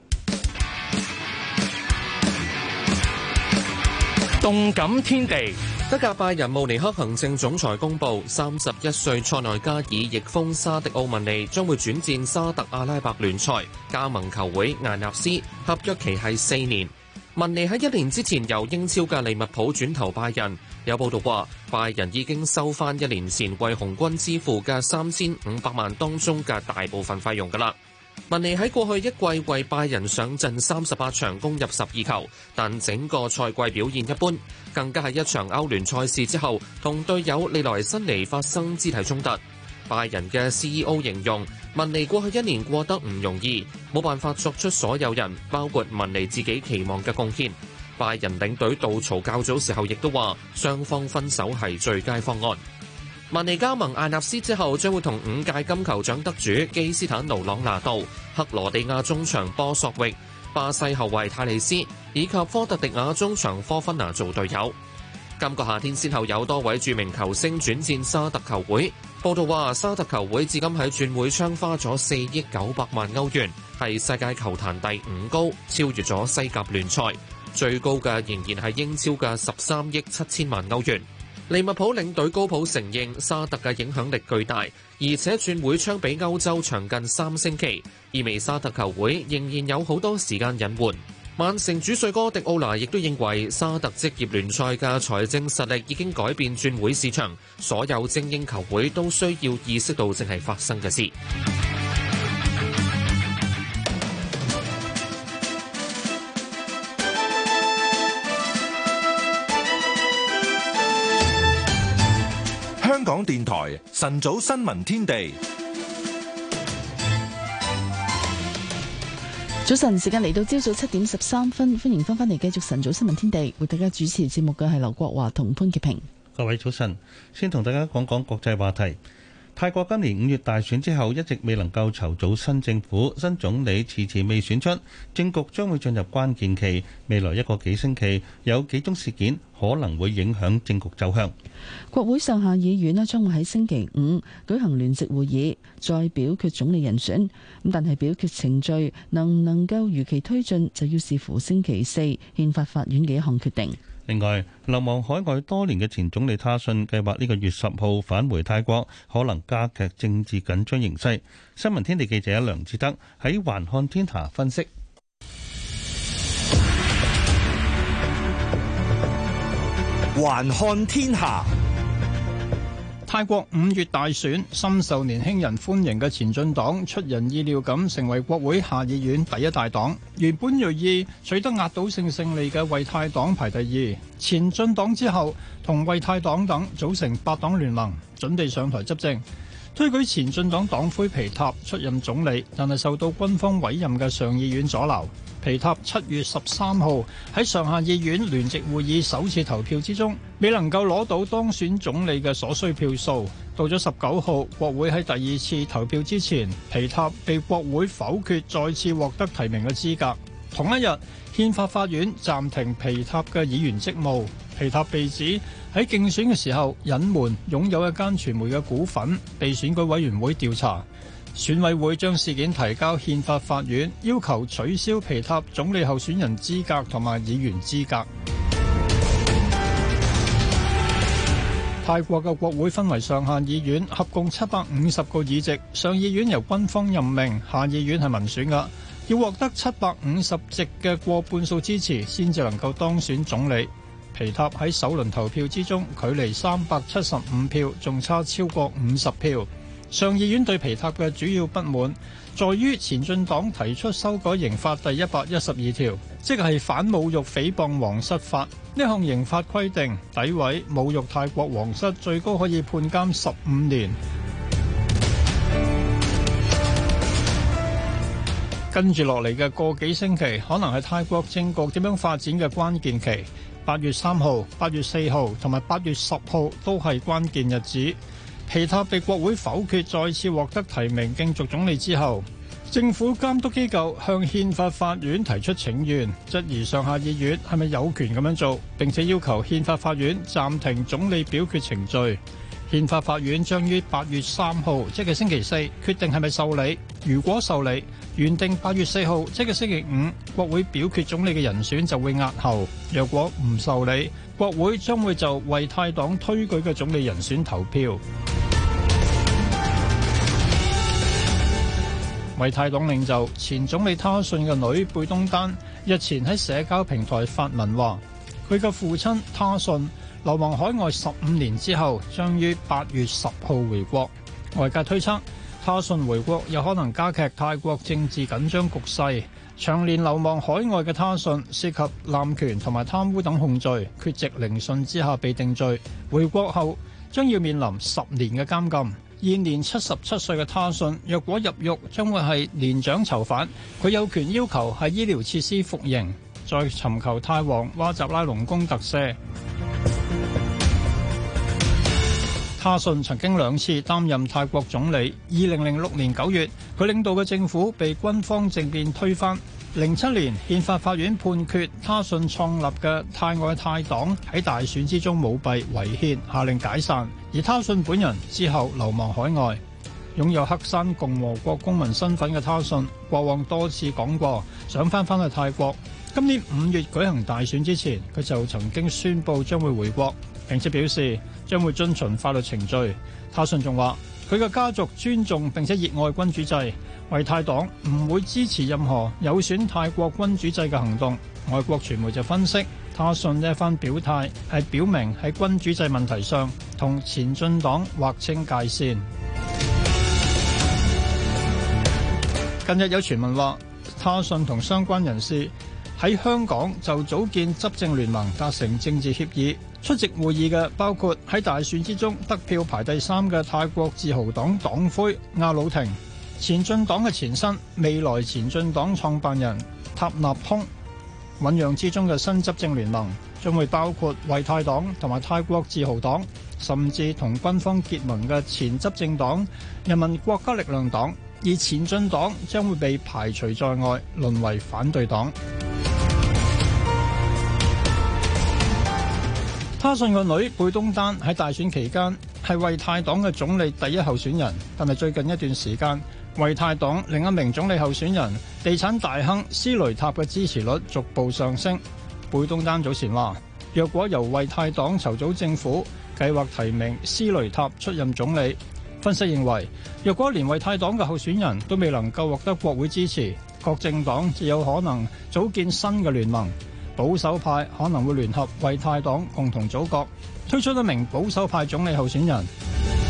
動感天地，德甲拜仁慕尼黑行政總裁公布，三十一歲塞內加爾翼鋒沙迪奧文尼將會轉戰沙特阿拉伯聯賽，加盟球會艾納斯，合約期係四年。文尼喺一年之前由英超嘅利物浦轉投拜仁，有報道話拜仁已經收翻一年前為紅軍支付嘅三千五百萬當中嘅大部分費用㗎啦。文尼喺過去一季為拜仁上陣三十八場，攻入十二球，但整個賽季表現一般，更加係一場歐聯賽事之後，同隊友利萊辛尼發生肢體衝突。拜仁嘅 C E O 形容文尼過去一年過得唔容易，冇辦法作出所有人，包括文尼自己期望嘅貢獻。拜仁領隊杜曹較早時候亦都話，雙方分手係最佳方案。文尼加盟艾納斯之後，將會同五屆金球獎得主基斯坦奴朗拿度、克羅地亞中場波索域、巴西後衛泰利斯以及科特迪瓦中場科芬拿做隊友。今個夏天先後有多位著名球星轉戰沙特球會。報道話，沙特球會至今喺轉會窗花咗四億九百萬歐元，係世界球壇第五高，超越咗西甲聯賽。最高嘅仍然係英超嘅十三億七千萬歐元。利物浦領隊高普承認沙特嘅影響力巨大，而且轉會窗比歐洲長近三星期，意味沙特球會仍然有好多時間隱瞞。曼城主帥哥迪奧拿亦都認為沙特職業聯賽嘅財政實力已經改變轉會市場，所有精英球會都需要意識到正係發生嘅事。 香港電台晨早新聞天地， 早晨時間嚟到朝早七點十三分，歡迎翻返嚟繼續晨早新聞天地，為大家主持節目嘅係劉國華同潘潔平。 各位早晨，先同大家講講國際話題。泰國今年五月大選之後，一直未能夠籌組新政府，新總理遲遲未選出，政局將會進入關鍵期。未來一個幾星期，有幾宗事件可能會影響政局走向。 國會上下議院咧將會喺星期五舉行聯席會議，再表決總理人選。咁但係表決程序能唔能夠如期推進，就要視乎星期四憲法法院嘅一項決定。 另外，流亡海外多年嘅前總理他信計劃呢個月十號返回泰國，可能加劇政治緊張形勢。新聞天地記者梁志德喺環看天下分析。 環看天下。 泰國五月大選，深受年輕人歡迎嘅前進黨出人意料咁成為國會下議院第一大黨。原本銳意取得壓倒性勝利嘅為泰黨排第二，前進黨之後同為泰黨等組成八黨聯盟，準備上台執政。推舉前進黨黨魁皮塔出任總理，但係受到軍方委任嘅上議院阻撓。皮塔七月十三號喺上下議院聯席會議首次投票之中，未能夠攞到當選總理嘅所需票數。到咗十九號，國會喺第二次投票之前，皮塔被國會否決再次獲得提名嘅資格。同一日，憲法法院暫停皮塔嘅議員職務。皮塔被指喺競選嘅時候隱瞞擁有一間傳媒嘅股份，被選舉委員會調查。選委會將事件提交憲法法院，要求取消皮塔總理候選人資格同埋議員資格。泰國嘅國會分為上下議院，合共七百五十個議席。上議院由軍方任命，下議院係民選㗎，要獲得七百五十席嘅過半數支持，先至能夠當選總理。皮塔喺首輪投票之中，距離三百七十五票，仲差超過五十票。上議院對皮塔嘅主要不滿，在於前進黨提出修改刑法第一百一十二條，即係反侮辱誹謗皇室法。呢項刑法規定，詆毀、侮辱泰國皇室最高可以判監十五年。跟住落嚟嘅個幾星期，可能係泰國政局點樣發展嘅關鍵期。八月三號、八月四號同埋八月十號都係關鍵日子。皮塔被國會否決再次獲得提名競逐總理之後，政府監督機構向憲法法院提出請願，質疑上下議院係咪有權咁樣做，並且要求憲法法院暫停總理表決程序。憲法法院將於八月三號，即係星期四，決定係咪受理。如果受理，原定八月四號，即係星期五，國會表決總理嘅人選就會押後。若果唔受理，國會將會就為泰黨推舉嘅總理人選投票。為泰黨領袖前總理他信嘅女貝東丹日前喺社交平台發文話，佢嘅父親他信流亡海外十五年之後，將於八月十號回國。外界推測，他信回國有可能加劇泰國政治緊張局勢。長年流亡海外嘅他信涉及濫權同埋貪污等控罪，缺席聆訊之下被定罪。回國後將要面臨十年嘅監禁。現年七十七歲嘅他信，若果入獄，將會係年長囚犯。佢有權要求喺醫療設施服刑，再尋求泰王哇集拉隆功特赦。他信曾經兩次擔任泰國總理。二零零六年九月，佢領導嘅政府被軍方政變推翻。零七年，憲法法院判決他信創立嘅泰愛泰黨喺大選之中舞弊違憲，下令解散。而他信本人之後流亡海外。擁有黑山共和國公民身份嘅他信，過往多次講過想翻返去泰國。今年五月舉行大選之前，佢就曾經宣布將會回國，並且表示將會遵循法律程序。他信仲話，佢嘅家族尊重並且熱愛君主制，為泰黨唔會支持任何有損泰國君主制嘅行動。外國傳媒就分析，他信呢一番表態係表明喺君主制問題上同前進黨劃清界線。近日有傳聞話，他信同相關人士喺香港就組建執政聯盟達成政治協議。出席會議嘅包括喺大選之中得票排第三嘅泰國自豪黨黨魁阿魯廷、前進黨嘅前身未來前進黨創辦人塔納通。醞釀之中嘅新執政聯盟將會包括為泰黨同埋泰國自豪黨，甚至同軍方結盟嘅前執政黨人民國家力量黨。而前進黨將會被排除在外，淪為反對黨。他信個女貝東丹喺大選期間係為泰黨嘅總理第一候選人，但係最近一段時間，為泰黨另一名總理候選人地產大亨斯雷塔嘅支持率逐步上升。貝東丹早前話，若果由為泰黨籌組政府，計劃提名斯雷塔出任總理。分析認為，若果連為泰黨嘅候選人都未能夠獲得國會支持，各政黨就有可能組建新嘅聯盟。保守派可能會聯合為泰黨共同組閣，推出一名保守派總理候選人。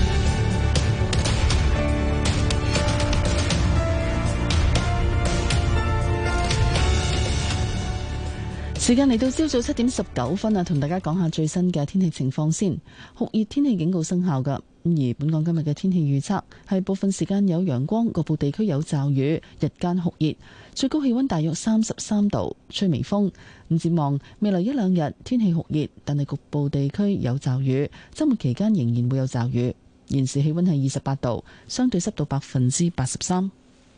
時間嚟到朝早七點十九分啊，同大家講下最新嘅天氣情況先。酷熱天氣警告生效㗎，而本港今日嘅天氣預測係部分時間有陽光，局部地區有驟雨，日間酷熱，最高氣溫大約三十三度，吹微風。咁展望未來一兩日天氣酷熱，但係局部地區有驟雨，週末期間仍然會有驟雨。現時氣溫係二十八度，相對濕度百分之八十三。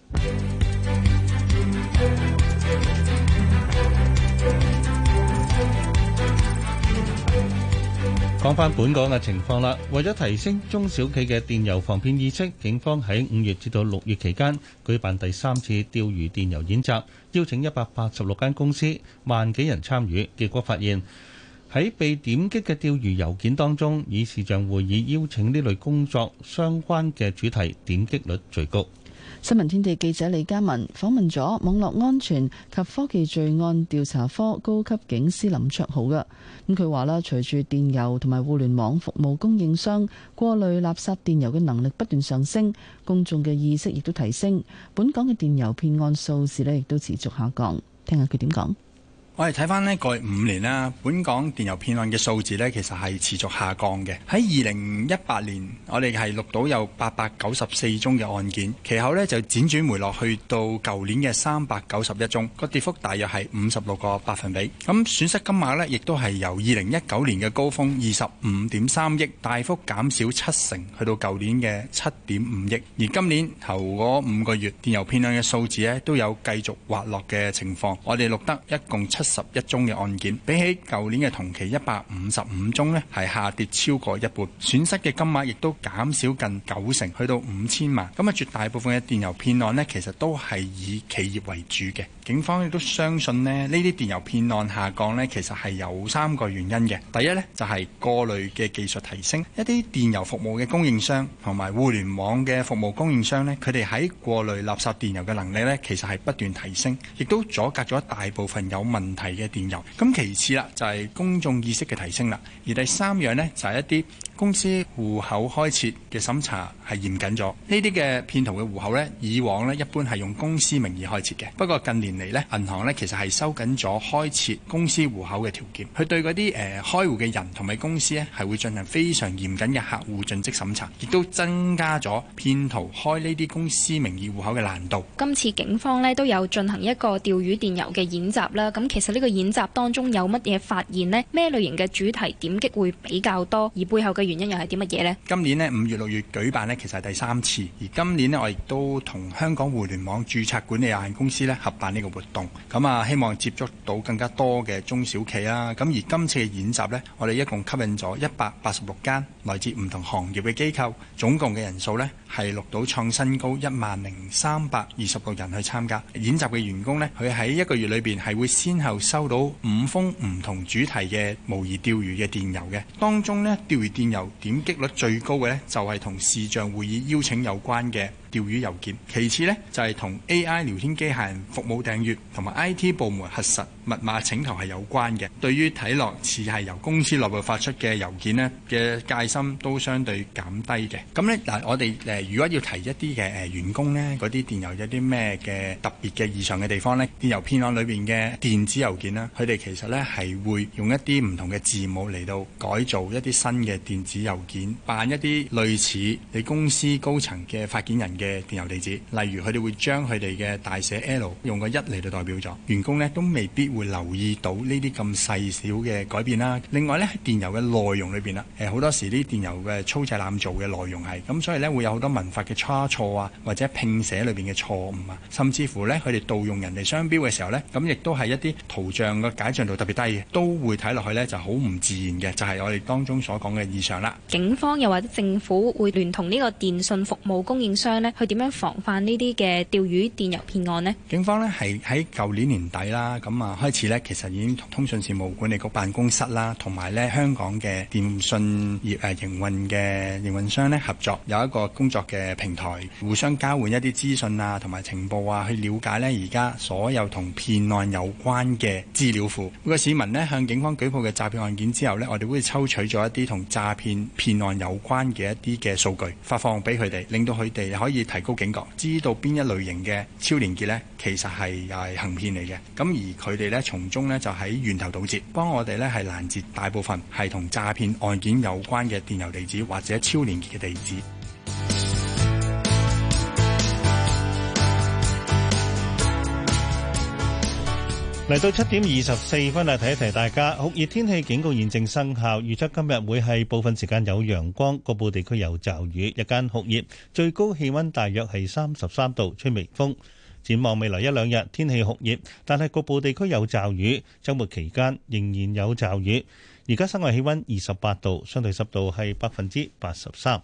講返本港嘅情況啦，為咗提升中小企嘅電郵防騙意識，警方喺五月至到六月期間舉辦第三次釣魚電郵演習，邀請一百八十六間公司、萬幾人參與。結果發現喺被點擊嘅釣魚郵件當中，以視像會議邀請呢類工作相關嘅主題點擊率最高。 新聞天地記者李嘉文訪問咗網絡安全及科技罪案調查科高級警司林卓豪嘅，咁佢話啦，隨住電郵同埋互聯網服務供應商過濾垃圾電郵嘅能力不斷上升，公眾嘅意識亦都提升，本港嘅電郵騙案數字呢亦都持續下降。聽下佢點講。 我哋睇翻呢過去五年啦，本港電郵騙案嘅數字呢，其實係持續下降嘅。喺二零一八年，我哋係錄到有八百九十四宗嘅案件，其後呢就輾轉回落去到舊年嘅三百九十一宗，個跌幅大約係五十六個百分比。咁損失金額呢，亦都係由二零一九年嘅高峰二十五點三億，大幅減少七成，去到舊年嘅七點五億。而今年頭嗰五個月，電郵騙案嘅數字呢，都有繼續滑落嘅情況。我哋錄得一共七十一宗嘅案件，比起舊年嘅同期一百五十五宗呢，係下跌超過一半，損失嘅金額亦都減少近九成，去到五千萬。咁啊，絕大部分嘅電郵騙案呢，其實都係以企業為主嘅。警方亦都相信呢，呢啲電郵騙案下降呢，其實係有三個原因嘅。第一呢，就係過濾嘅技術提升，一啲電郵服務嘅供應商同埋互聯網嘅服務供應商呢，佢哋喺過濾垃圾電郵嘅能力呢，其實係不斷提升，亦都阻隔咗大部分有問題嘅電郵。咁其次啦，就係公眾意識嘅提升啦。而第三樣呢，就係一啲公司戶口開設嘅審查係嚴謹咗。呢啲嘅騙徒嘅戶口呢，以往呢一般係用公司名義開設嘅，不過近年嚟呢，銀行呢其實係收緊咗開設公司戶口嘅條件，佢對嗰啲誒開戶嘅人同埋公司呢係會進行非常嚴謹嘅客戶盡職審查，亦都增加咗騙徒開呢啲公司名義戶口嘅難度。 今次警方呢都有進行一個釣魚電郵嘅演習啦，咁其實呢個演習當中有乜嘢發現呢？咩類型嘅主題點擊會比較多？而背後嘅原因又係啲乜嘢呢？ 今年呢五月六月舉辦呢，其實係第三次。而今年呢，我亦都同香港互聯網註冊管理有限公司呢合辦呢個活動。咁啊，希望接觸到更加多嘅中小企啦。咁而今次嘅演習呢，我哋一共吸引咗一百八十六間來自唔同行業嘅機構，總共嘅人數呢係錄到創新高一萬零三百二十六人去參加。演習嘅員工呢，佢喺一個月裏邊係會先後收到五封唔同主題嘅模擬釣魚嘅電郵嘅，當中呢，釣魚電郵點擊率最高嘅呢，就係同視像會議邀請有關嘅釣魚郵件，其次呢，就係同 A I 聊天機械人服務訂閱同埋 I T 部門核實密碼請求係有關嘅。對於睇落似係由公司內部發出嘅郵件呢嘅戒心都相對減低嘅。咁呢，嗱，我哋誒如果要提一啲嘅誒員工呢，嗰啲電郵有啲咩嘅特別嘅異常嘅地方呢？電郵騙案裏邊嘅電子郵件啦，佢哋其實呢係會用一啲唔同嘅字母嚟到改造一啲新嘅電子郵件，扮一啲類似你公司高層嘅發件人嘅電郵地址，例如佢哋會將佢哋嘅大寫 L 用個一嚟到代表咗，員工呢都未必會留意到呢啲咁細小嘅改變啦。另外呢，喺電郵嘅內容裏邊啦，誒好多時啲電郵嘅粗製濫造嘅內容係咁，所以呢會有好多文法嘅差錯啊，或者拼寫裏邊嘅錯誤啊，甚至乎呢，佢哋盜用人哋商標嘅時候呢，咁亦都係一啲圖像嘅解像度特別低嘅，都會睇落去呢就好唔自然嘅，就係、是、我哋當中所講嘅異常啦。 警方又或者政府會聯同呢個電信服務供應商呢，去點樣防範呢啲嘅釣魚電郵騙案呢？ 警方呢係喺舊年年底啦，咁啊開始呢，其實已經同通訊事務管理局辦公室啦，同埋呢香港嘅電信業誒營運嘅營運商呢合作，有一個工作嘅平台，互相交換一啲資訊啊，同埋情報啊，去了解呢而家所有同騙案有關嘅資料庫。每個市民呢向警方舉報嘅詐騙案件之後呢，我哋會抽取咗一啲同詐騙騙騙案有關嘅一啲嘅數據發放俾佢哋，令到佢哋可以提高警覺，知道邊一類型嘅超連結呢，其實係又係行騙嚟嘅。咁而佢哋呢，從中呢，就喺源頭堵截，幫我哋呢係攔截大部分係同詐騙案件有關嘅電郵地址或者超連結嘅地址。 嚟到七點二十四分啊，提一提大家，酷熱天氣警告現正生效，預測今日會係部分時間有陽光，局部地區有驟雨，日間酷熱，最高氣溫大約係三十三度，吹微風。展望未來一兩日天氣酷熱，但係局部地區有驟雨，週末期間仍然有驟雨。而家室外氣溫二十八度，相對濕度係百分之八十三。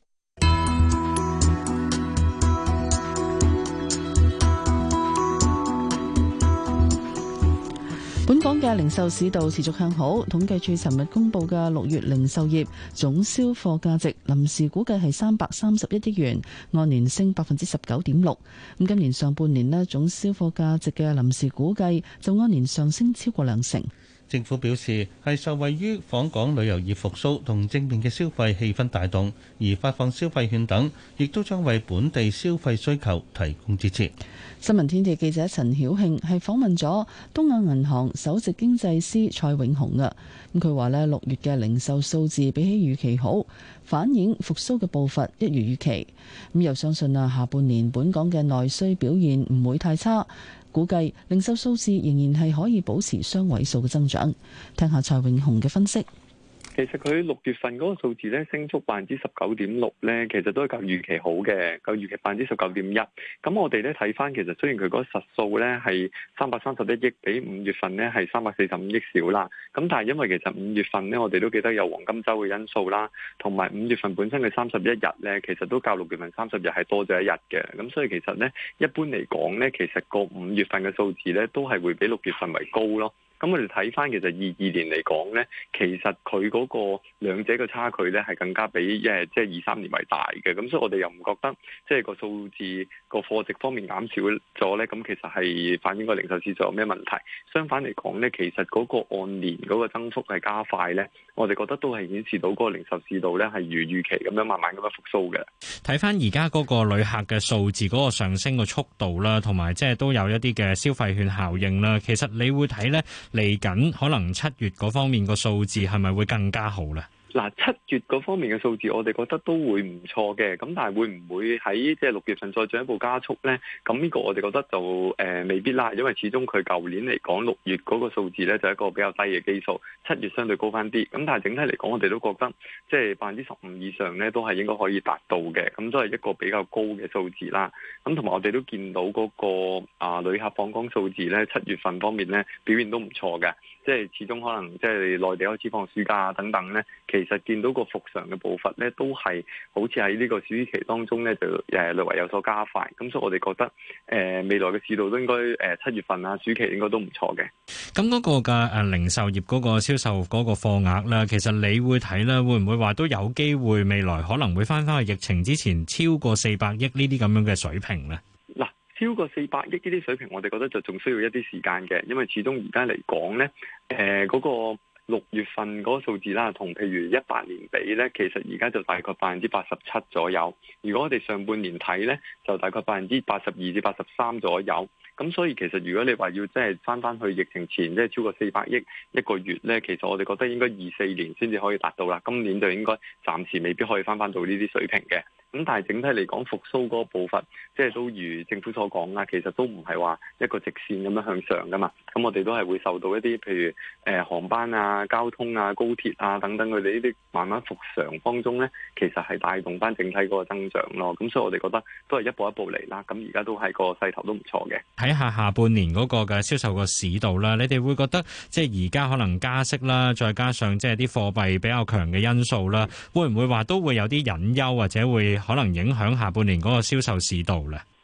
本港嘅零售市道持續向好，統計處尋日公布嘅六月零售業總銷貨價值臨時估計係三百三十一億元，按年升百分之十九點六。咁今年上半年呢，總銷貨價值嘅臨時估計就按年上升超過兩成。 政府表示係受惠於訪港旅遊業復甦同正面嘅消費氣氛帶動，而發放消費券等，亦都將為本地消費需求提供支持。 新聞天地記者陳曉慶係訪問咗東亞銀行首席經濟師蔡永雄嘅，咁佢話呢，六月嘅零售數字比起預期好，反映復甦嘅步伐一如預期。咁又相信啊，下半年本港嘅內需表現唔會太差。估計零售數字仍然係可以保持雙位數嘅增長。聽下蔡永雄嘅分析。 其實佢六月份嗰個數字咧，升幅百分之十九點六咧，其實都係較預期好嘅，較預期百分之十九點一。咁我哋咧睇翻，其實雖然佢嗰個實數咧係三百三十一億，比五月份咧係三百四十五億少啦。咁但係因為其實五月份咧，我哋都記得有黃金週嘅因素啦，同埋五月份本身嘅三十一日咧，其實都較六月份三十日係多咗一日嘅。咁所以其實咧，一般嚟講咧，其實個五月份嘅數字咧，都係會比六月份為高咯。咁我哋睇翻其實二二年嚟講咧，其實佢嗰個兩者嘅差距咧係更加比誒即係二三年為大嘅。咁所以我哋又唔覺得即係個數字個貨值方面減少咗咧，咁其實係反映個零售市場有咩問題？相反嚟講咧，其實嗰個按年嗰個增幅係加快咧，我哋覺得都係顯示到嗰個零售市道咧係如預期咁樣慢慢咁樣復甦嘅。 睇翻而家嗰個旅客嘅數字嗰個上升嘅速度啦，同埋即係都有一啲嘅消費券效應啦。其實你會睇咧？嚟緊可能七月嗰方面個數字係咪會更加好呢？ 嗱，七月嗰方面嘅數字，我哋覺得都會唔錯嘅。咁但係會唔會喺即係六月份再進一步加速呢？咁呢個我哋覺得就誒、呃、未必啦，因為始終佢舊年嚟講六月嗰個數字呢，就係一個比較低嘅基數，七月相對高翻啲。咁但係整體嚟講，我哋都覺得即係百分之十五以上呢，都係應該可以達到嘅。咁都係一個比較高嘅數字啦。咁同埋我哋都見到嗰、嗰個啊旅客訪港數字呢，七月份方面呢，表現都唔錯嘅。即係始終可能即係內地開始放暑假啊等等呢，其實見到個復常嘅步伐呢，都係好似喺呢個暑期當中呢，就誒略為有所加快。咁所以我哋覺得誒、呃、未來嘅市道都應該誒七月份啊暑期應該都唔錯嘅。 咁嗰個嘅誒零售業嗰個銷售嗰個貨額咧，其實你會睇咧，會唔會話都有機會未來可能會翻返去疫情之前超過四百億呢啲咁樣嘅水平呢？ 嗱，超過四百億呢啲水平，我哋覺得就仲需要一啲時間嘅，因為始終而家嚟講呢，誒、呃、嗰、嗰個六月份嗰個數字啦，同譬如一八年比呢，其實而家就大概百分之八十七左右。如果我哋上半年睇呢，就大概百分之八十二至八十三左右。咁所以其實如果你話要即係翻翻去疫情前，即係超過四百億一個月呢，其實我哋覺得應該二四年先至可以達到啦。今年就應該暫時未必可以翻翻到呢啲水平嘅。咁但係整體嚟講，復甦嗰個步伐，即係都如政府所講啦，其實都唔係話一個直線咁樣向上噶嘛。咁我哋都係會受到一啲譬如誒、呃、航班啊、交通啊、高鐵啊等等佢哋呢啲慢慢復常當中咧，其實係帶動翻整體嗰個增長咯。咁所以我哋覺得都係一步一步嚟啦。咁而家都係個勢頭都唔錯嘅。 睇下下半年嗰個嘅銷售個市道啦，你哋會覺得即係而家可能加息啦，再加上即係啲貨幣比較強嘅因素啦，會唔會話都會有啲隱憂或者會可能影響下半年嗰個銷售市道咧？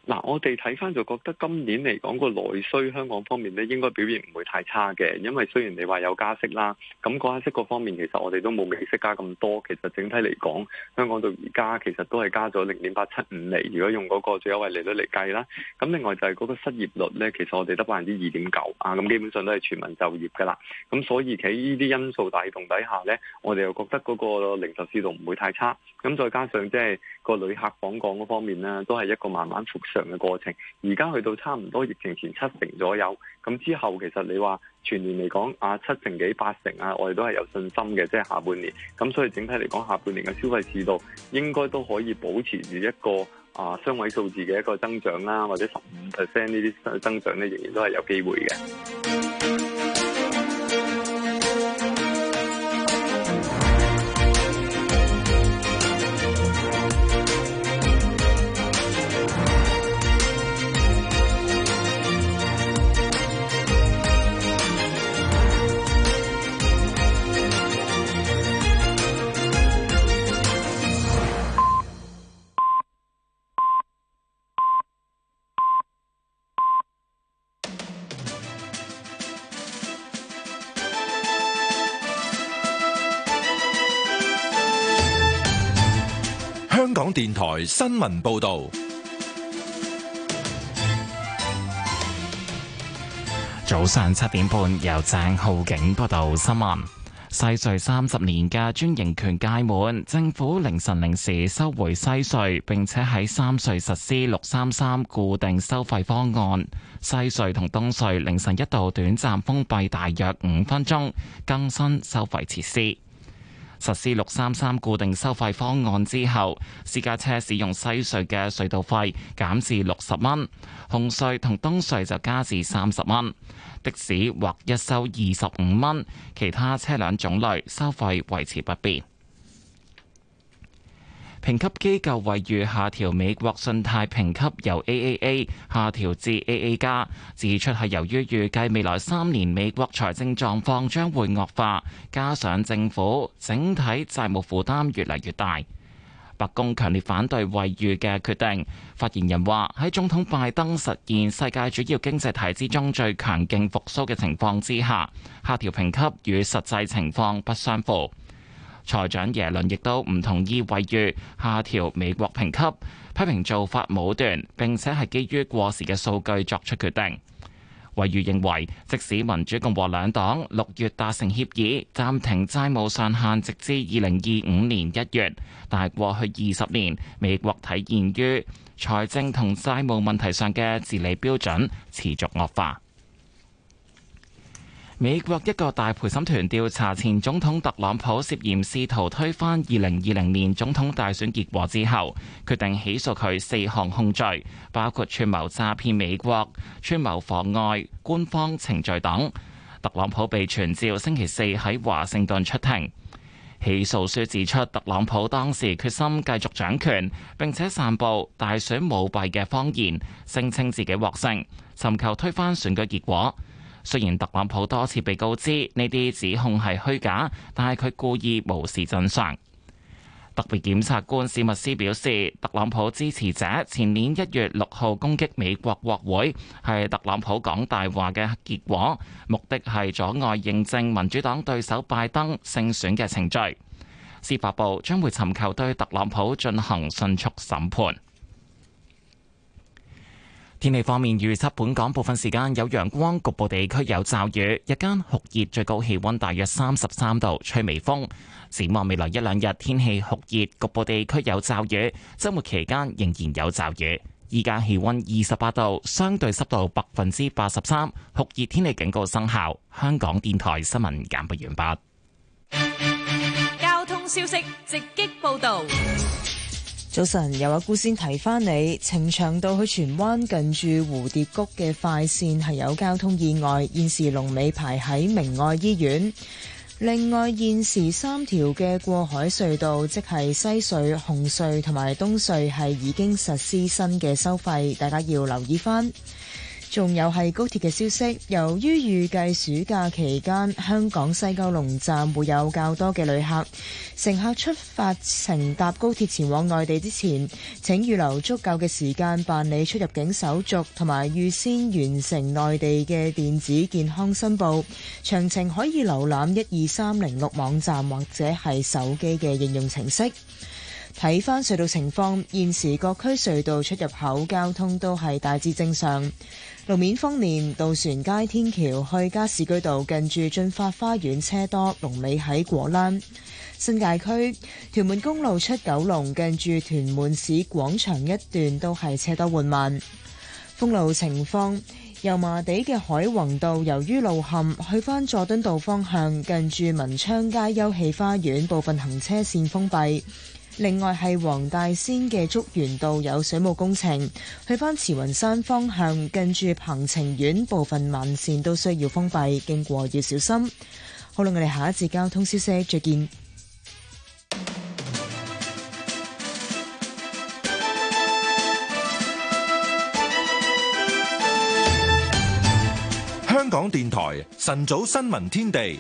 嗱，我哋睇翻就覺得今年嚟講個內需香港方面咧，應該表現唔會太差嘅，因為雖然你話有加息啦，咁加息嗰方面其實我哋都冇美息加咁多，其實整體嚟講，香港到而家其實都係加咗零點八七五厘，如果用嗰個最優惠利率嚟計啦。咁另外就係嗰個失業率咧，其實我哋得百分之二點九啊，咁基本上都係全民就業㗎啦。咁所以喺呢啲因素帶動底下咧，我哋又覺得嗰個零售市道唔會太差。咁再加上即係個旅客訪港嗰方面咧，都係一個慢慢復常嘅過程，而家去到差唔多疫情前七成左右，咁之後其實你話全年嚟講啊七成幾八成啊，我哋都係有信心嘅，即係下半年。咁所以整體嚟講，下半年嘅消費市道應該都可以保持住一個啊雙位數字嘅一個增長啦，或者十五 percent 呢啲增長咧，仍然都係有機會嘅。 香港電台新聞報道， 早上七點半由鄭浩景報道新聞。西隧三十年嘅專營權屆滿，政府凌晨零時收回西隧，並且喺三隧實施六三三固定收費方案。西隧同東隧凌晨一度短暫封閉大約五分鐘，更新收費設施。實施六三三固定收費方案之後，私家車使用西隧嘅隧道費減至六十蚊，紅隧同東隧就加至三十蚊，的士劃一收二十五蚊，其他車輛種類收費維持不變。評級機構惠譽下調美國信貸評級，由 A A A 下調至 A A 加，指出係由於預計未來三年美國財政狀況將會惡化，加上政府整體債務負擔越嚟越大。白宮強烈反對惠譽嘅決定。發言人話：喺總統拜登實現世界主要經濟體之中最強勁復甦嘅情況之下，下調評級與實際情況不相符。財長耶倫亦都唔同意惠譽下調美國評級，批評做法武斷，並且係基於過時嘅數據作出決定。惠譽認為，即使民主共和兩黨六月達成協議，暫停債務上限直至二零二五年一月，但係過去二十年美國體現於財政同債務問題上嘅治理標準持續惡化。美國一個大陪審團調查前總統特朗普涉嫌試圖推翻二零二零年總統大選結果之後，決定起訴佢四項控罪，包括串謀詐騙美國、串謀妨礙官方程序等。特朗普被傳召星期四喺華盛頓出庭。起訴書指出，特朗普當時決心繼續掌權，並且散佈大選舞弊嘅謊言，聲稱自己獲勝，尋求推翻選舉結果。雖然特朗普多次被告知呢啲指控係虛假，但係佢故意無視真相。特別檢察官史密斯表示，特朗普支持者前年一月六號攻擊美國國會，係特朗普講大話嘅結果，目的係阻礙認證民主黨對手拜登勝選嘅程序。司法部將會尋求對特朗普進行迅速審判。天氣方面預測，本港部分時間有陽光，局部地區有驟雨，日間酷熱，最高氣溫大約三十三度，吹微風。展望未來一兩日天氣酷熱，局部地區有驟雨，週末期間仍然有驟雨。依家氣溫二十八度，相對濕度百分之八十三，酷熱天氣警告生效。香港電台新聞簡報完畢。交通消息直擊報道。 早晨，有阿姑先提翻你，呈祥道去荃灣近住蝴蝶谷嘅快線係有交通意外，現時龍尾排喺明愛醫院。另外，現時三條嘅過海隧道，即係西隧、紅隧同埋東隧，係已經實施新嘅收費，大家要留意翻。 仲有係高鐵嘅消息，由於預計暑假期間香港西九龍站會有較多嘅旅客，乘客出發乘搭高鐵前往內地之前，請預留足夠嘅時間辦理出入境手續，同埋預先完成內地嘅電子健康申報。詳情可以瀏覽一二三零六網站或者係手機嘅應用程式。睇返隧道情況，現時各區隧道出入口交通都係大致正常。路面方面，渡船街天橋去加士居道近住進發花園車多，龍尾喺果欄。新界區屯門公路出九龍近住屯門市廣場一段都係車多緩慢。封路情況，油麻地嘅海泓道由於路陷，去返佐敦道方向近住文昌街休憩花園部分行車線封閉。另外係黃大仙嘅竹園道有水務工程，去返慈雲山方向近住鵬程苑部分慢線都需要封閉，經過要小心。好啦，我哋下一節交通消息再見。 香港電台晨早新聞天地。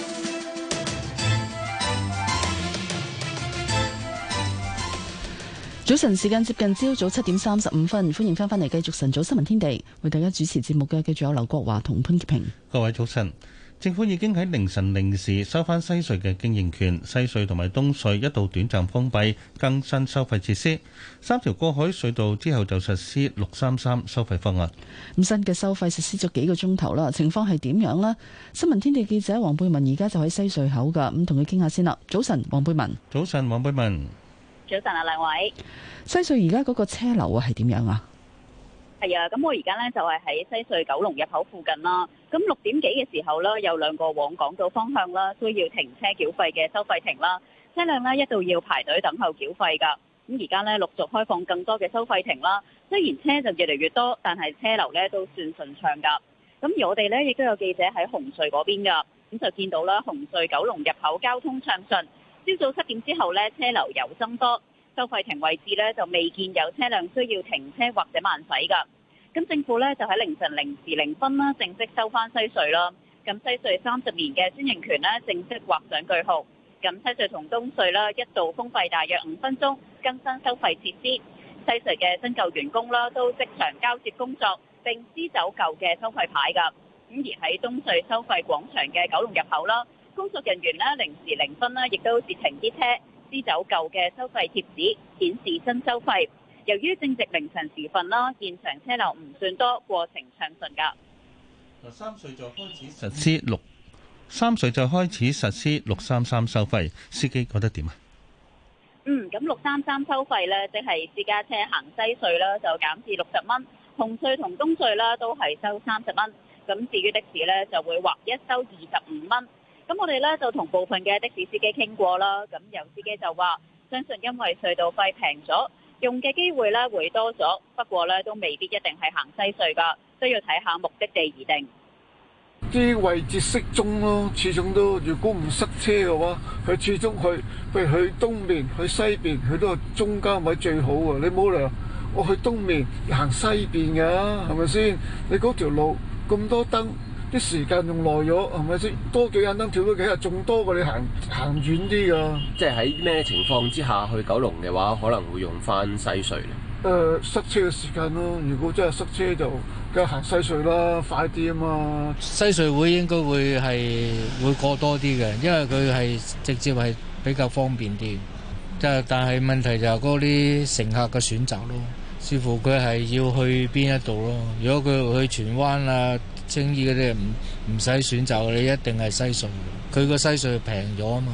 早晨時間接近朝早七點三十五分，歡迎翻返嚟繼續晨早新聞天地，為大家主持節目嘅繼續有劉國華同潘潔平。 各位早晨，政府已經喺凌晨零時收翻西隧嘅經營權，西隧同埋東隧一度短暫封閉，更新收費設施。三條過海隧道之後就實施六三三收費方案。 咁新嘅收費實施咗幾個鐘頭啦，情況係點樣呢？新聞天地記者黃貝文而家就喺西隧口噶，咁同佢傾下先啦。早晨，黃貝文。 早晨，黃貝文。 早晨啊，兩位。 西隧而家嗰個車流啊係點樣啊？ 係啊，咁我而家咧就係喺西隧九龍入口附近啦。咁六點幾嘅時候咧，有兩個往港島方向啦，需要停車繳費嘅收費亭啦，車輛咧一度要排隊等候繳費㗎。咁而家咧陸續開放更多嘅收費亭啦，雖然車就越嚟越多，但係車流咧都算順暢㗎。咁而我哋咧亦都有記者喺紅隧嗰邊㗎，咁就見到啦，紅隧九龍入口交通暢順。朝早七點之後咧，車流有增多，收費亭位置咧就未見有車輛需要停車或者慢駛㗎。咁政府咧就喺凌晨零時零分啦，正式收翻西隧啦。咁西隧三十年嘅專營權咧，正式畫上句號。咁西隧同東隧啦，一度封閉大約五分鐘，更新收費設施。西隧嘅新舊員工啦，都即場交接工作，並支走舊嘅收費牌㗎。咁而喺東隧收費廣場嘅九龍入口啦，工作人員咧零時零分啦，亦都截停啲車，支走舊嘅收費貼紙，顯示新收費。由於正值凌晨時分啦，現場車流唔算多，過程暢順㗎。 三隧就開始實施六三隧就開始實施六三三收費，司機覺得點啊？ 嗯，咁六三三收費咧，即係私家車行西隧啦，就減至六十蚊；紅隧同東隧啦，都係收三十蚊。咁至於的士咧，就會劃一收二十五蚊。咁我哋咧就同部分嘅的，的士司機傾過啦。咁有司機就話，相信因為隧道費平咗，用嘅機會咧會多咗。不過咧都未必一定係行西隧㗎，都要睇下目的地而定。 啲位置適中咯，始終都如果唔塞車嘅話，佢始終去，譬如去東面、去西邊，佢都係中間位最好啊！你冇理由我去東面行西邊㗎，係咪先？你嗰條路咁多燈，啲時間仲耐咗，係咪先？多幾盞燈跳多幾日，仲多過你行行遠啲㗎。 即係喺咩情況之下去九龍嘅話，可能會用翻西隧咧？ 誒、呃、塞車嘅時間咯，如果真係塞車就梗係行西隧啦，快啲啊嘛！ 西隧會應該會係會過多啲嘅，因為佢係直接係比較方便啲。即係但係問題就係嗰啲乘客嘅選擇咯，視乎佢係要去邊一度咯。如果佢去荃灣啊、青衣嗰啲唔唔使選擇，你一定係西隧。佢個西隧平咗啊嘛。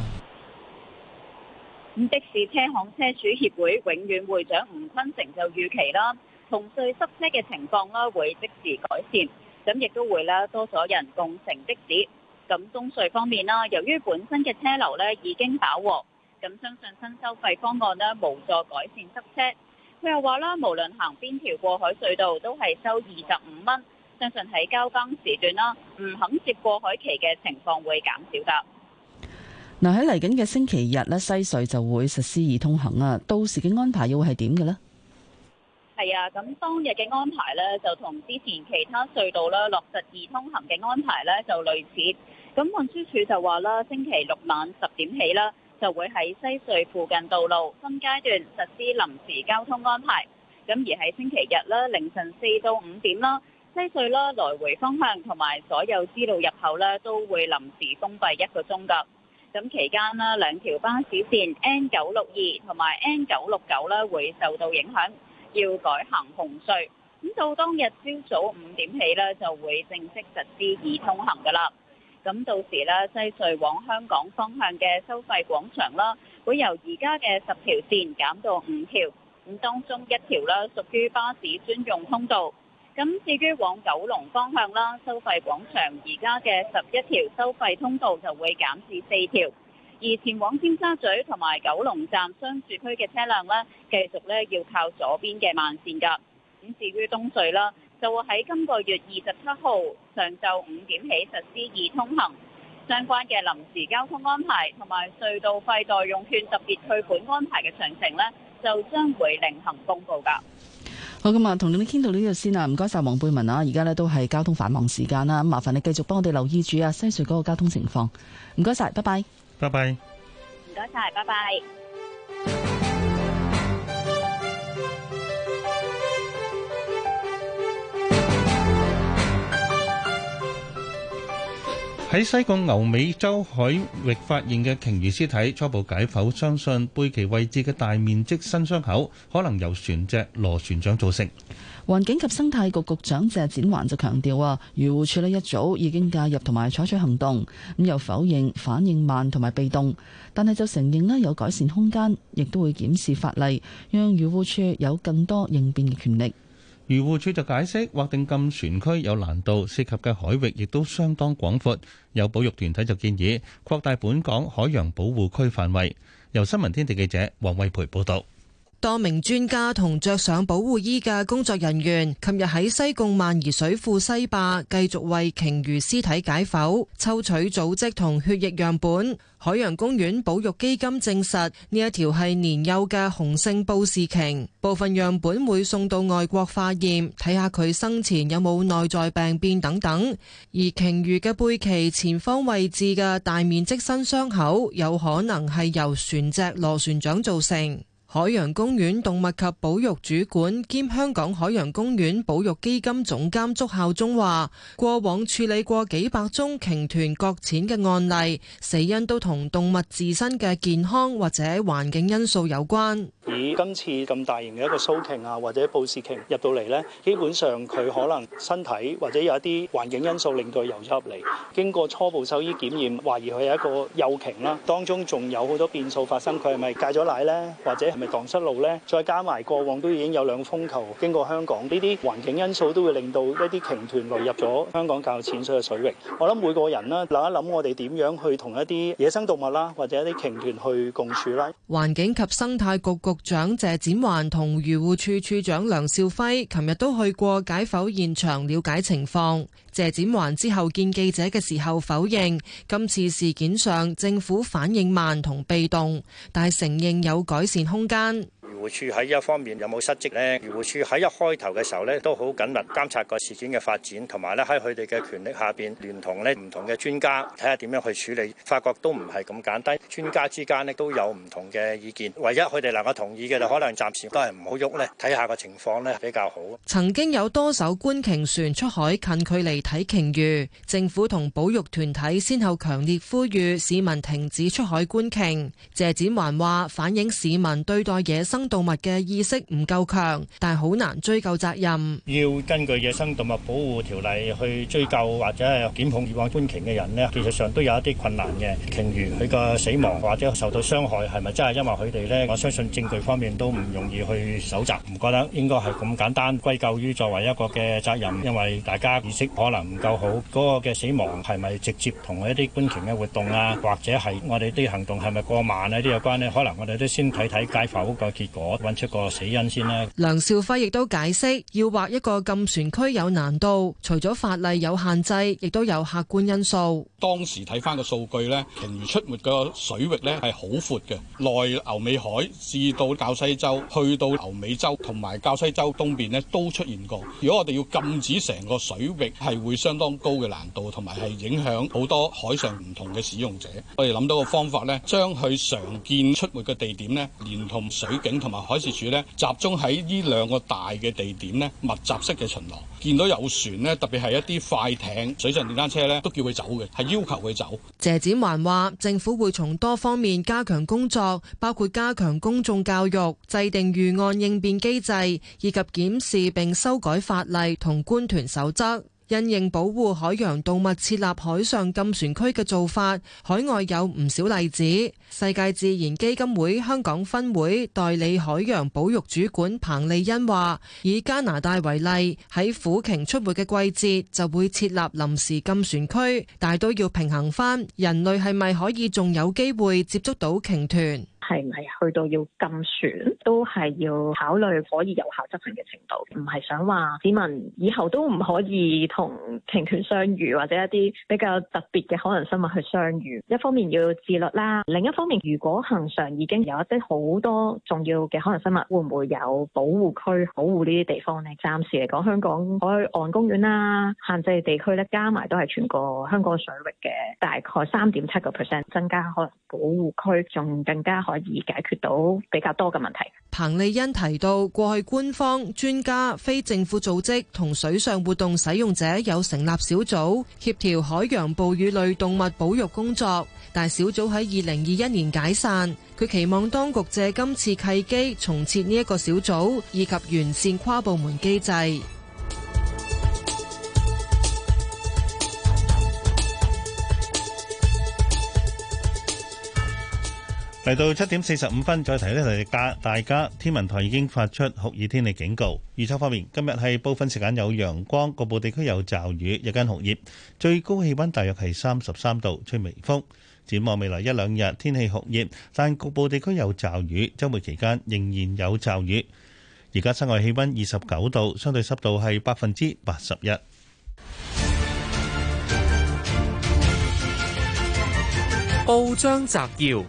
咁的士車行車主協會永遠會長吳坤成就預期啦，紅隧塞車嘅情況啦會即時改善，咁亦都會啦多咗人共乘的士。咁東隧方面啦，由於本身嘅車流咧已經飽和，咁相信新收費方案咧無助改善塞車。佢又話啦，無論行邊條過海隧道都係收二十五蚊，相信喺交更時段啦，唔肯接過海期嘅情況會減少㗎。 嗱，喺嚟緊嘅星期日咧，西隧就會實施易通行啊，到時嘅安排又會係點嘅呢？ 係啊，咁當日嘅安排咧，就同之前其他隧道咧落實易通行嘅安排咧就類似。咁運輸署就話啦，星期六晚十點起啦，就會喺西隧附近道路分階段實施臨時交通安排。咁而喺星期日咧凌晨四到五點啦，西隧啦來回方向同埋所有支路入口咧都會臨時封閉一個鐘㗎。咁期間啦，兩條巴士線 N 九六二同埋 N 九六九咧會受到影響，要改行紅隧。咁到當日朝早五點起咧，就會正式實施易通行㗎啦。咁到時咧，西隧往香港方向嘅收費廣場啦，會由而家嘅十條線減到五條。咁當中一條咧屬於巴士專用通道。咁至於往九龍方向啦，收費廣場而家嘅十一條收費通道就會減至四條。而前往尖沙咀同埋九龍站商住區嘅車輛呢，繼續呢要靠左邊嘅慢線㗎。咁至於東隧啦，就會喺今個月二十七號上晝五點起實施易通行，相關嘅臨時交通安排同埋隧道費代用券特別退款安排嘅詳情呢，就將會另行公佈㗎。 好，咁啊，同你哋傾到呢度先啦，唔該晒黃貝文啊，而家呢都係交通繁忙時間啦，咁麻煩你繼續幫我哋留意住啊西隧嗰個交通情況，唔該晒，拜拜。 拜拜， 唔該晒，拜拜。 喺西貢牛尾洲海域發現嘅鯨魚屍體初步解剖，相信背鰭位置嘅大面積新傷口可能由船隻螺旋槳造成。 環境及生態局局長謝展寰就強調啊，漁護署呢一早已經介入同埋採取行動，咁又否認反應慢同埋被動，但係就承認呢有改善空間，亦都會檢視法例，讓漁護署有更多應變嘅權力。 漁護署就解釋，劃定禁船區有難度，涉及嘅海域亦都相當廣闊。有保育團體就建議擴大本港海洋保護區範圍。由新聞天地記者黃慧培報道。 多名專家同着上保護衣嘅工作人員，琴日喺西貢萬宜水庫西壩繼續為鯨魚屍體解剖、抽取組織同血液樣本。海洋公園保育基金證實，呢一條係年幼嘅雄性布氏鯨，部分樣本會送到外國化驗，睇下佢生前有冇內在病變等等。而鯨魚嘅背鰭前方位置嘅大面積新傷口，有可能係由船隻螺旋槳造成。海洋公園動物及保育主管兼香港海洋公園保育基金總監祝孝忠話，過往處理過幾百宗鯨豚擱淺嘅案例，死因都同動物自身嘅健康或者環境因素有關。 以今次咁大型嘅一個鬚鯨啊，或者布氏鯨入到嚟呢，基本上佢可能身體或者有一啲環境因素令到佢游咗入嚟。經過初步獸醫檢驗，懷疑佢係一個幼鯨啦，當中仲有好多變數發生。佢係咪戒咗奶呢？或者係咪蕩失路呢？再加埋過往都已經有兩風球經過香港，呢啲環境因素都會令到一啲鯨豚流入咗香港較淺水嘅水域。我諗每個人啦，諗一諗我哋點樣去同一啲野生動物啦，或者一啲鯨豚去共處啦。 環境及生態局局長謝展寰同漁護署署長梁兆輝琴日都去過解剖現場了解情況。謝展寰之後見記者嘅時候否認今次事件上政府反應慢同被動，但係承認有改善空間。 漁護署喺一方面有冇失職呢？漁護署喺一開頭嘅時候呢，都好緊密監察個事件嘅發展，同埋咧喺佢哋嘅權力下邊聯同咧唔同嘅專家睇下點樣去處理。發覺都唔係咁簡單，專家之間咧都有唔同嘅意見。唯一佢哋能夠同意嘅就可能暫時都係唔好喐咧，睇下個情況咧比較好。 曾經有多艘觀鯨船出海近距離睇鯨魚，政府同保育團體先後強烈呼籲市民停止出海觀鯨。謝展寰話反映市民對待野生動物嘅意識唔夠強，但係好難追究責任。 要根據野生動物保護條例去追究或者係檢控以往觀鯨嘅人呢，技術上都有一啲困難嘅。鯨魚佢個死亡或者受到傷害係咪真係因為佢哋呢？我相信證據方面都唔容易去搜集，唔覺得應該係咁簡單歸咎於作為一個嘅責任，因為大家意識可能唔夠好。嗰個嘅死亡係咪直接同一啲觀鯨嘅活動啊，或者係我哋啲行動係咪過慢啊啲有關呢？可能我哋都先睇睇解剖個結結果，揾出個死因先啦。 梁兆輝亦都解釋，要劃一個禁船區有難度，除咗法例有限制，亦都有客觀因素。 當時睇翻個數據呢，鯨魚出沒個水域呢係好闊嘅，內牛尾海至到滘西洲，去到牛尾洲同埋滘西洲東邊呢都出現過。如果我哋要禁止成個水域，係會相當高嘅難度，同埋係影響好多海上唔同嘅使用者。我哋諗到個方法呢，將佢常見出沒嘅地點呢，連同水警同埋海事處呢，集中喺呢兩個大嘅地點呢，密集式嘅巡邏。見到有船呢，特別係一啲快艇、水上電單車呢，都叫佢走嘅，係要求佢走。 謝展寰話：政府會從多方面加強工作，包括加強公眾教育、制定預案應變機制，以及檢視並修改法例同官團守則。因應保護海洋動物設立海上禁船區嘅做法，海外有唔少例子。世界自然基金會香港分會代理海洋保育主管彭麗欣話，以加拿大為例，喺虎鯨出沒嘅季節就會設立臨時禁船區，但都要平衡翻人類係咪可以仲有機會接觸到鯨豚。 係唔係去到要禁船，都係要考慮可以有效執行嘅程度，唔係想話市民以後都唔可以同鯨豚相遇，或者一啲比較特別嘅海洋生物去相遇。一方面要自律啦，另一方面如果恆常已經有一啲好多重要嘅海洋生物，會唔會有保護區保護呢啲地方呢？暫時嚟講，香港海岸公園啦、限制地區咧，加埋都係全個香港水域嘅大概三點七個 percent 增加海洋保護區，仲更加可以以解決到比較多嘅問題。 彭麗欣提到，過去官方、專家、非政府組織同水上活動使用者有成立小組協調海洋哺乳類動物保育工作，但小組喺二零二一年解散。佢期望當局借今次契機重設呢一個小組，以及完善跨部門機制。 嚟到七點四十五分，再提呢提大大家，天文台已經發出酷熱天氣警告。預測方面，今日係部分時間有陽光，局部地區有驟雨，日間酷熱，最高氣溫大約係三十三度，吹微風。展望未來一兩日天氣酷熱，但局部地區有驟雨，週末期間仍然有驟雨。而家室外氣溫二十九度，相對濕度係百分之八十一。 報章摘要。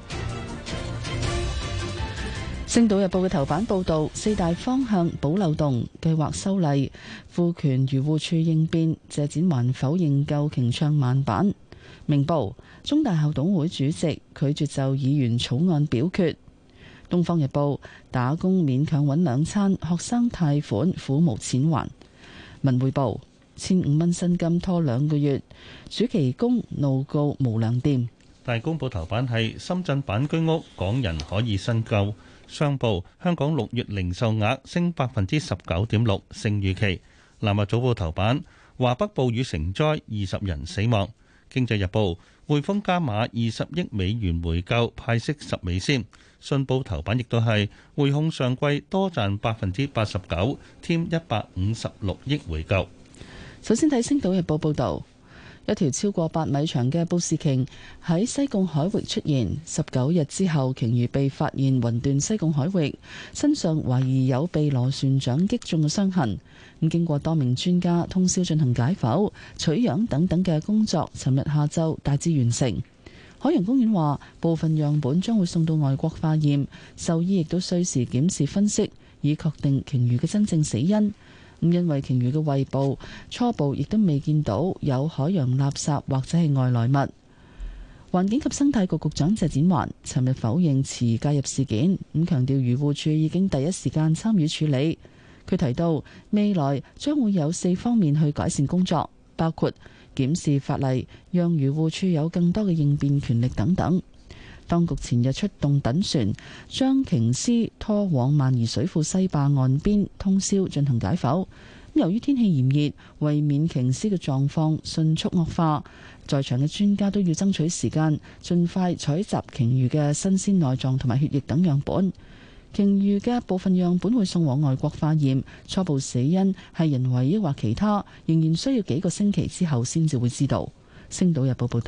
星島日報嘅頭版報導，四大方向保漏洞，計劃修例，賦權漁護處應變。謝展寰否認舊鯨唱慢版。明報，中大校董會主席拒絕就議員草案表決。東方日報，打工勉強揾兩餐，學生貸款苦無錢還。文匯報，千五蚊薪金拖兩個月，暑期工怒告無良店。 大公報頭版係深圳版居屋，港人可以申購。商報，香港六月零售額升百分之十九點六，勝預期。南華早報頭版，華北暴雨成災，二十人死亡。經濟日報，匯豐加碼二十億美元回購，派息十美仙。信報頭版亦都係匯控上季多賺百分之八十九，添一百五十六億回購。 首先睇星島日報報導。一條超過八米長嘅布氏鯨喺西貢海域出現，十九日之後，鯨魚被發現暈斷西貢海域，身上懷疑有被螺旋槳擊中嘅傷痕。咁經過多名專家通宵進行解剖、取樣等等嘅工作，尋日下晝大致完成。海洋公園話，部分樣本將會送到外國化驗，獸醫亦都需時檢視分析，以確定鯨魚嘅真正死因。咁因為鯨魚嘅胃部初步亦都未見到有海洋垃圾或者係外來物。環境及生態局局長謝展寰尋日否認遲介入事件，咁強調漁護署已經第一時間參與處理。佢提到未來將會有四方面去改善工作，包括檢視法例，讓漁護署有更多嘅應變權力等等。當局前日出動躉船，將鯨屍拖往萬宜水庫西壩岸邊，通宵進行解剖。由於天氣炎熱，為免鯨屍嘅狀況迅速惡化，在場嘅專家都要爭取時間，盡快採集鯨魚嘅新鮮內臟同埋血液等樣本。鯨魚嘅部分樣本會送往外國化驗，初步死因係人為抑或其他，仍然需要幾個星期之後先至會知道。星島日報報道。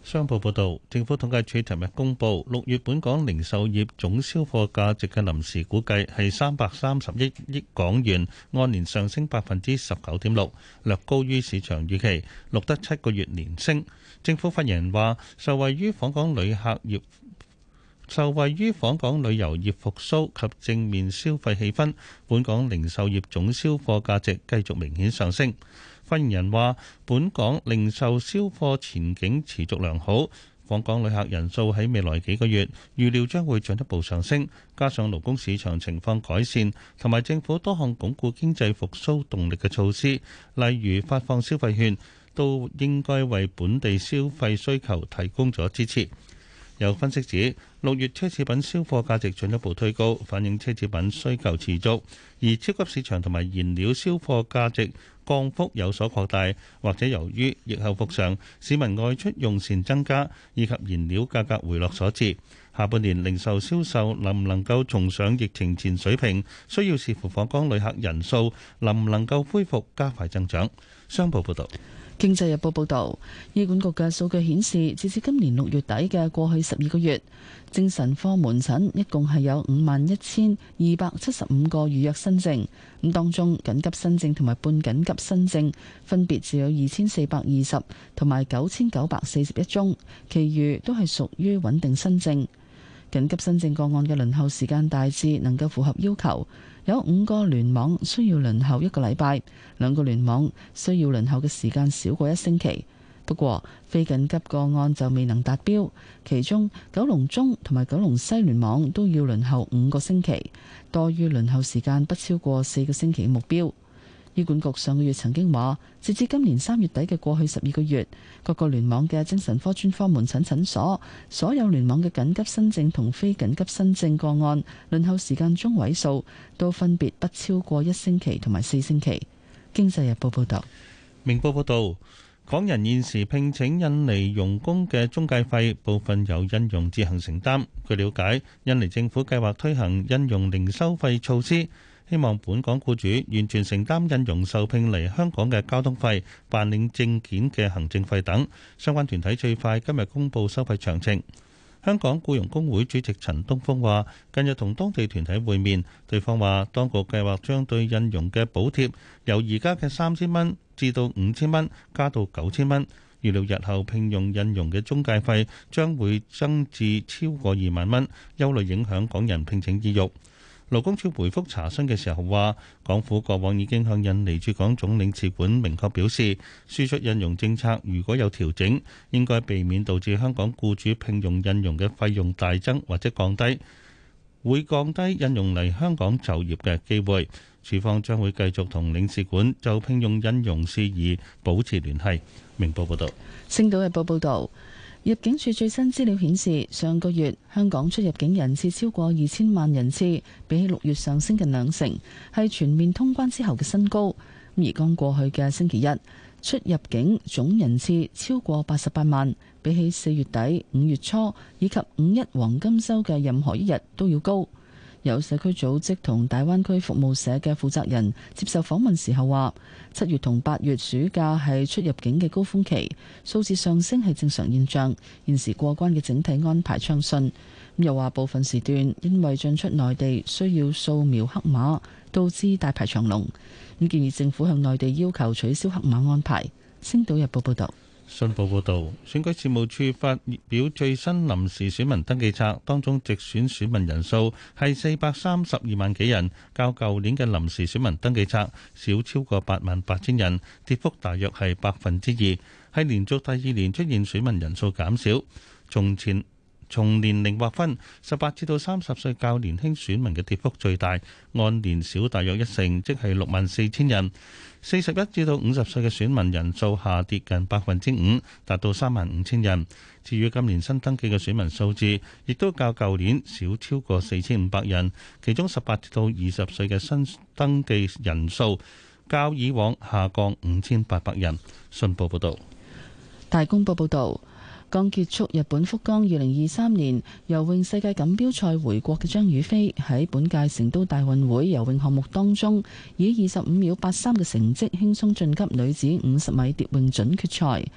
商報報導，政府統計處尋日公布，六月本港零售業總銷貨價值嘅臨時估計係三百三十一億港元，按年上升百分之十九點六，略高於市場預期，錄得七個月連升。政府發言人話，受惠於訪港旅客業受惠於訪港旅遊業復甦及正面消費氣氛，本港零售業總銷貨價值繼續明顯上升。發言人話，本港零售銷貨前景持續良好，訪港旅客人數喺未來幾個月預料將會進一步上升，加上勞工市場情況改善，同埋政府多項鞏固經濟復甦動力嘅措施，例如發放消費券，都應該為本地消費需求提供咗支持。有分析指，六月奢侈品銷貨價值進一步推高，反映奢侈品需求持續，而超級市場同埋燃料銷貨價值降幅有所擴大，或者由於疫後復常，市民外出用膳增加，以及燃料價格回落所致。下半年零售銷售能唔能夠重上疫情前水平，需要視乎訪港旅客人數能唔能夠恢復加快增長。商報報導。 經濟日報報導，醫管局嘅數據顯示，截至今年六月底嘅過去十二個月，精神科門診一共係有五萬一千二百七十五個預約新症，咁當中緊急新症同埋半緊急新症分別只有二千四百二十同埋九千九百四十一宗，其餘都係屬於穩定新症。緊急新症個案嘅輪候時間大致能夠符合要求。有五個聯網需要輪候一個禮拜，兩個聯網需要輪候嘅時間少過一星期。不過非緊急個案就未能達標，其中九龍中同埋九龍西聯網都要輪候五個星期，多於輪候時間不超過四個星期嘅目標。醫管局上個月曾經話，截至今年三月底嘅過去十二個月，各個聯網嘅精神科專科門診診所，所有聯網嘅緊急新症同非緊急新症個案輪候時間中位數都分別不超過一星期同埋四星期。經濟日報報道。 明報報道，港人現時聘請印尼傭工嘅中介費部分由印傭自行承擔。據了解，印尼政府計劃推行印傭零收費措施，希望本港僱主完全承擔印傭受聘嚟香港嘅交通費、辦理證件嘅行政費等。相關團體最快今日公布收費詳情。香港僱傭公會主席陳東峰話，近日同當地團體會面，對方話當局計劃將對印傭嘅補貼由而家嘅三千蚊至到五千蚊加到九千蚊。預料日後聘用印傭嘅中介費將會增至超過二萬蚊，憂慮影響港人聘請意欲。勞工處回覆查詢嘅時候話，港府過往已經向印尼駐港總領事館明確表示，輸出印傭政策如果有調整，應該避免導致香港僱主聘用印傭嘅費用大增或者降低，會降低印傭嚟香港就業嘅機會。處方將會繼續同領事館就聘用印傭事宜保持聯繫。明報報道。 星島日報報道。入境處最新資料顯示，上個月香港出入境人次超過二千萬人次，比起六月上升近兩成，係全面通關之後嘅新高。而剛過去嘅星期一，出入境總人次超過八十八萬，比起四月底、五月初以及五一黃金週嘅任何一日都要高。有社區組織同大灣區服務社嘅負責人接受訪問時候話，七月同八月暑假係出入境嘅高峰期，數字上升係正常現象。現時過關嘅整體安排暢順。又話部分時段因為進出內地需要掃描黑碼，導致大排長龍。咁建議政府向內地要求取消黑碼安排。星島日報報道。 信報報導，選舉事務處發表最新臨時選民登記冊，當中直選選民人數係四百三十二萬幾人，較舊年嘅臨時選民登記冊少超過八萬八千人，跌幅大約係百分之二，係連續第二年出現選民人數減少。從前從年齡劃分，十八至到三十歲較年輕選民嘅跌幅最大，按年少大約一成，即係六萬四千人。四十一至到五十歲嘅選民人數下跌近百分之五，達到三萬五千人。至於今年新登記嘅選民數字，亦都較舊年少超過四千五百人，其中十八至到二十歲嘅新登記人數較以往下降五千八百人。信報報道。 大公報報導。剛結束日本福岡二零二三年游泳世界錦標賽回國嘅張雨霏喺本屆成都大運會游泳項目當中，以二十五秒八三嘅成績輕鬆晉級女子五十米蝶泳準決賽。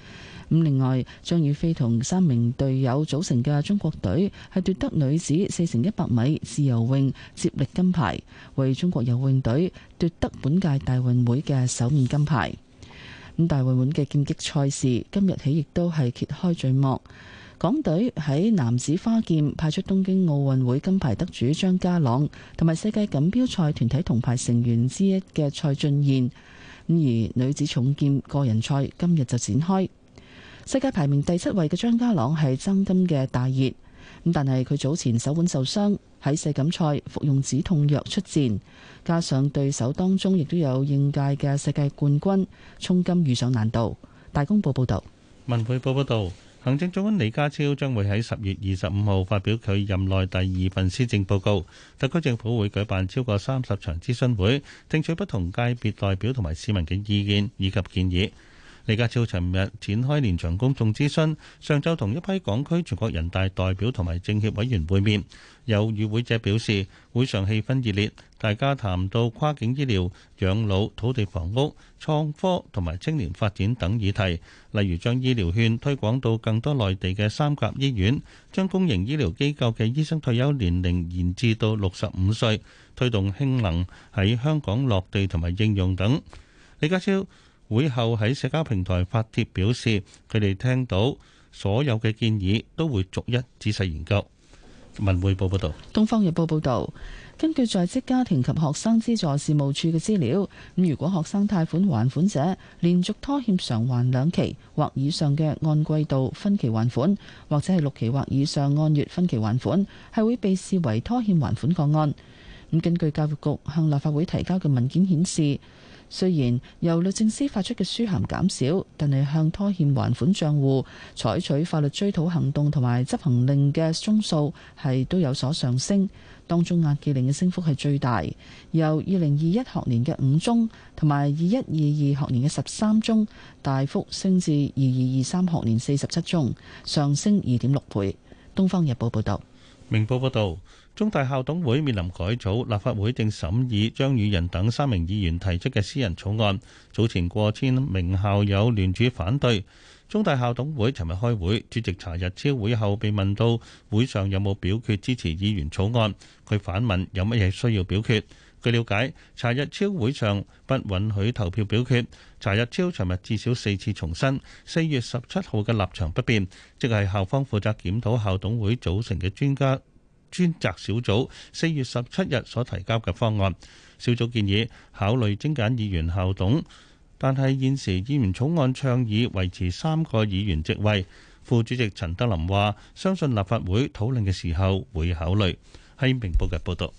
咁另外，張雨霏同三名隊友組成嘅中國隊係奪得女子四乘一百米自由泳接力金牌，為中國游泳隊奪得本屆大運會嘅首面金牌。咁大運會嘅劍擊賽事今日起亦都係揭開序幕。港隊喺男子花劍派出東京奧運會金牌得主張家朗同埋世界錦標賽團體銅牌成員之一嘅蔡俊彥。咁而女子重劍個人賽今日就展開。世界排名第七位嘅張家朗係爭金嘅大熱，咁但係佢早前手腕受傷，喺世錦賽服用止痛藥出戰，加上對手當中亦都有應屆嘅世界冠軍，衝金遇上難度。大公報報道。 文匯報報道。行政長官李家超將會喺十月二十五號發表佢任內第二份施政報告，特區政府會舉辦超過三十場諮詢會，聽取不同界別代表同埋市民嘅意見以及建議。李家超尋日展開連場公眾諮詢，上晝同一批港區全國人大代表同埋政協委員會面。有與會者表示，會上氣氛熱烈，大家談到跨境醫療、養老、土地房屋、創科同埋青年發展等議題，例如將醫療券推廣到更多內地嘅三甲醫院，將公營醫療機構嘅醫生退休年齡延至到六十五歲，推動氫能喺香港落地同埋應用等。李家超會後喺社交平台發帖表示，佢哋聽到所有嘅建議都會逐一仔細研究。文匯報報道。 東方日報報道，根據在職家庭及學生資助事務處嘅資料，咁如果學生貸款還款者連續拖欠償還兩期或以上嘅按季度分期還款，或者係六期或以上按月分期還款，係會被視為拖欠還款個案。咁根據教育局向立法會提交嘅文件顯示，雖然由律政司發出嘅書函減少，但係向拖欠還款帳戶採取法律追討行動同埋執行令嘅宗數係都有所上升。當中押記令嘅升幅係最大，由二零二一學年嘅五宗同埋二一二二學年嘅十三宗，大幅升至二二二三學年四十七宗，上升二點六倍。《東方日報》報道。 明報報導。中大校董會面臨改組，立法會正審議張宇人等三名議員提出嘅私人草案。早前過千名校友聯署反對。中大校董會尋日開會，主席查日超會後被問到會上有冇表決支持議員草案，佢反問有乜嘢需要表決。據了解，查日超會上不允許投票表決。查日超尋日至少四次重申四月十七號嘅立場不變，即係校方負責檢討校董會組成嘅專家專責小組四月十七日所提交嘅方案。小組建議考慮精簡議員校董，但係現時議員草案倡議維持三個議員職位。副主席陳德霖話：相信立法會討論嘅時候會考慮。係明報嘅報導。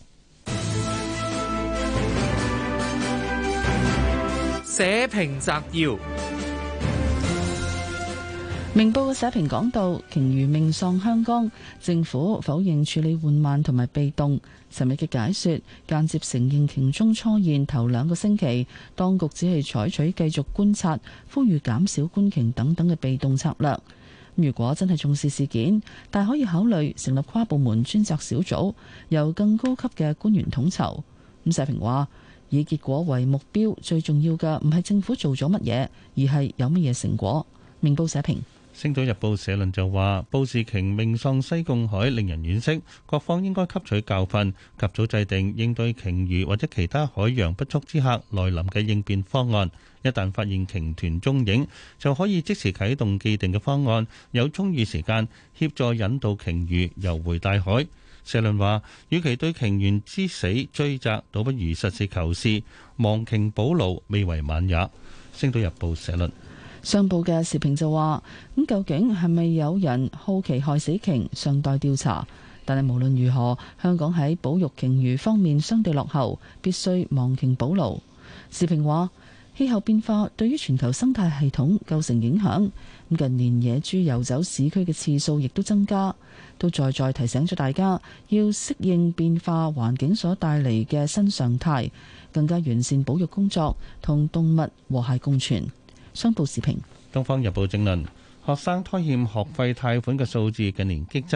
社評摘要。 明報嘅社評講到，鯨魚命喪香港，政府否認處理緩慢同埋被動。尋日嘅解說間接承認鯨蹤初現頭兩個星期，當局只係採取繼續觀察、呼籲減少觀鯨等等嘅被動策略。如果真係重視事件，大可以考慮成立跨部門專責小組，由更高級嘅官員統籌。咁社評話，以結果為目標，最重要嘅唔係政府做咗乜嘢，而係有乜嘢成果。明報社評。 《星島日報》社論就話：布氏鯨命喪西貢海，令人惋惜，各方應該吸取教訓，及早制定應對鯨魚或者其他海洋不速之客來臨嘅應變方案。一旦發現鯨團蹤影，就可以即時啟動既定嘅方案，有充裕時間協助引導鯨魚游回大海。社論話：與其對鯨員之死追責，倒不如實事求是，亡鯨補牢，未為晚也。《星島日報》社論。 上報嘅時評就話：咁究竟係咪有人好奇害死鯨，尚待調查。但係無論如何，香港喺保育鯨魚方面相對落後，必須亡鯨補牢。時評話：氣候變化對於全球生態系統構成影響。咁近年野豬遊走市區嘅次數亦都增加，都在在提醒咗大家要適應變化環境所帶嚟嘅新常態，更加完善保育工作，同動物和諧共存。商報時評。 《東方日報》正論：學生拖欠學費貸款嘅數字近年激增，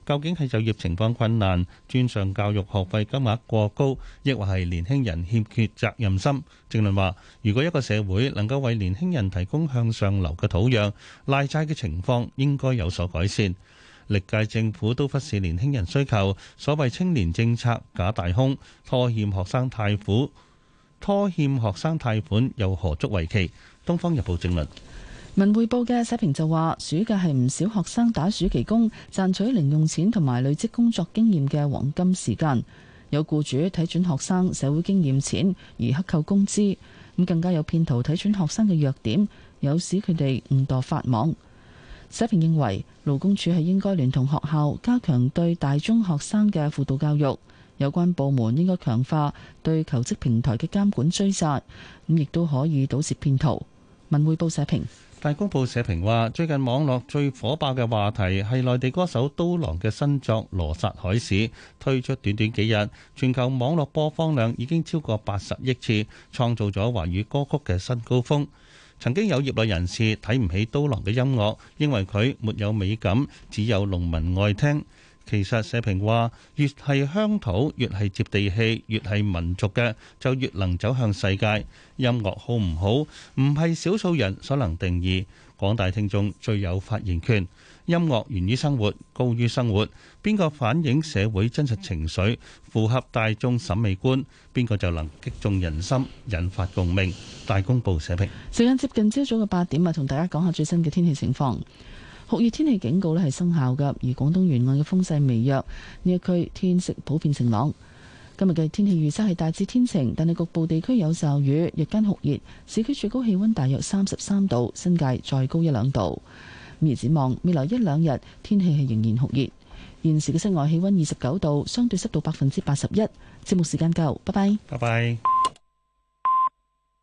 究竟係就業情況困難、專上教育學費金額過高，抑或係年輕人欠缺責任心？政論話，如果一個社會能夠為年輕人提供向上流嘅土壤，賴債嘅情況應該有所改善。歷屆政府都忽視年輕人需求，所謂青年政策假大空，拖欠學生貸款，拖欠學生貸款又何足為奇？《東方日報》政論。 文匯報嘅社評就話，暑假係唔少學生打暑期工賺取零用錢同埋累積工作經驗嘅黃金時間。有僱主睇準學生社會經驗淺而克扣工資，咁更加有騙徒睇準學生嘅弱點，有使佢哋誤墮法網。社評認為，勞工處係應該聯同學校加強對大中學生嘅輔導教育，有關部門應該強化對求職平台嘅監管追責，咁亦都可以堵截騙徒。文匯報社評。 大公報社評話，最近網絡最火爆嘅話題係內地歌手刀郎嘅新作《羅剎海市》推出短短幾日，全球網絡播放量已經超過八十億次，創造咗華語歌曲嘅新高峰。曾經有業內人士睇唔起刀郎嘅音樂，認為佢沒有美感，只有農民愛聽。其實社評話，越係鄉土，越係接地氣，越係民族嘅，就越能走向世界。音樂好唔好，唔係少數人所能定義，廣大聽眾最有發言權。音樂源於生活，高於生活，邊個反映社會真實情緒，符合大眾審美觀，邊個就能擊中人心，引發共鳴。大公報社評。 時間接近朝早嘅八點啊，同大家講下最新嘅天氣情況。酷熱天氣警告咧係生效㗎，而廣東沿岸嘅風勢微弱，呢一區天色普遍晴朗。今日嘅天氣預測係大致天晴，但係局部地區有驟雨，日間酷熱，市區最高氣溫大約三十三度，新界再高一兩度。而展望未來一兩日天氣係仍然酷熱。現時嘅室外氣溫二十九度，相對濕度百分之八十一。節目時間夠，拜拜。 拜拜。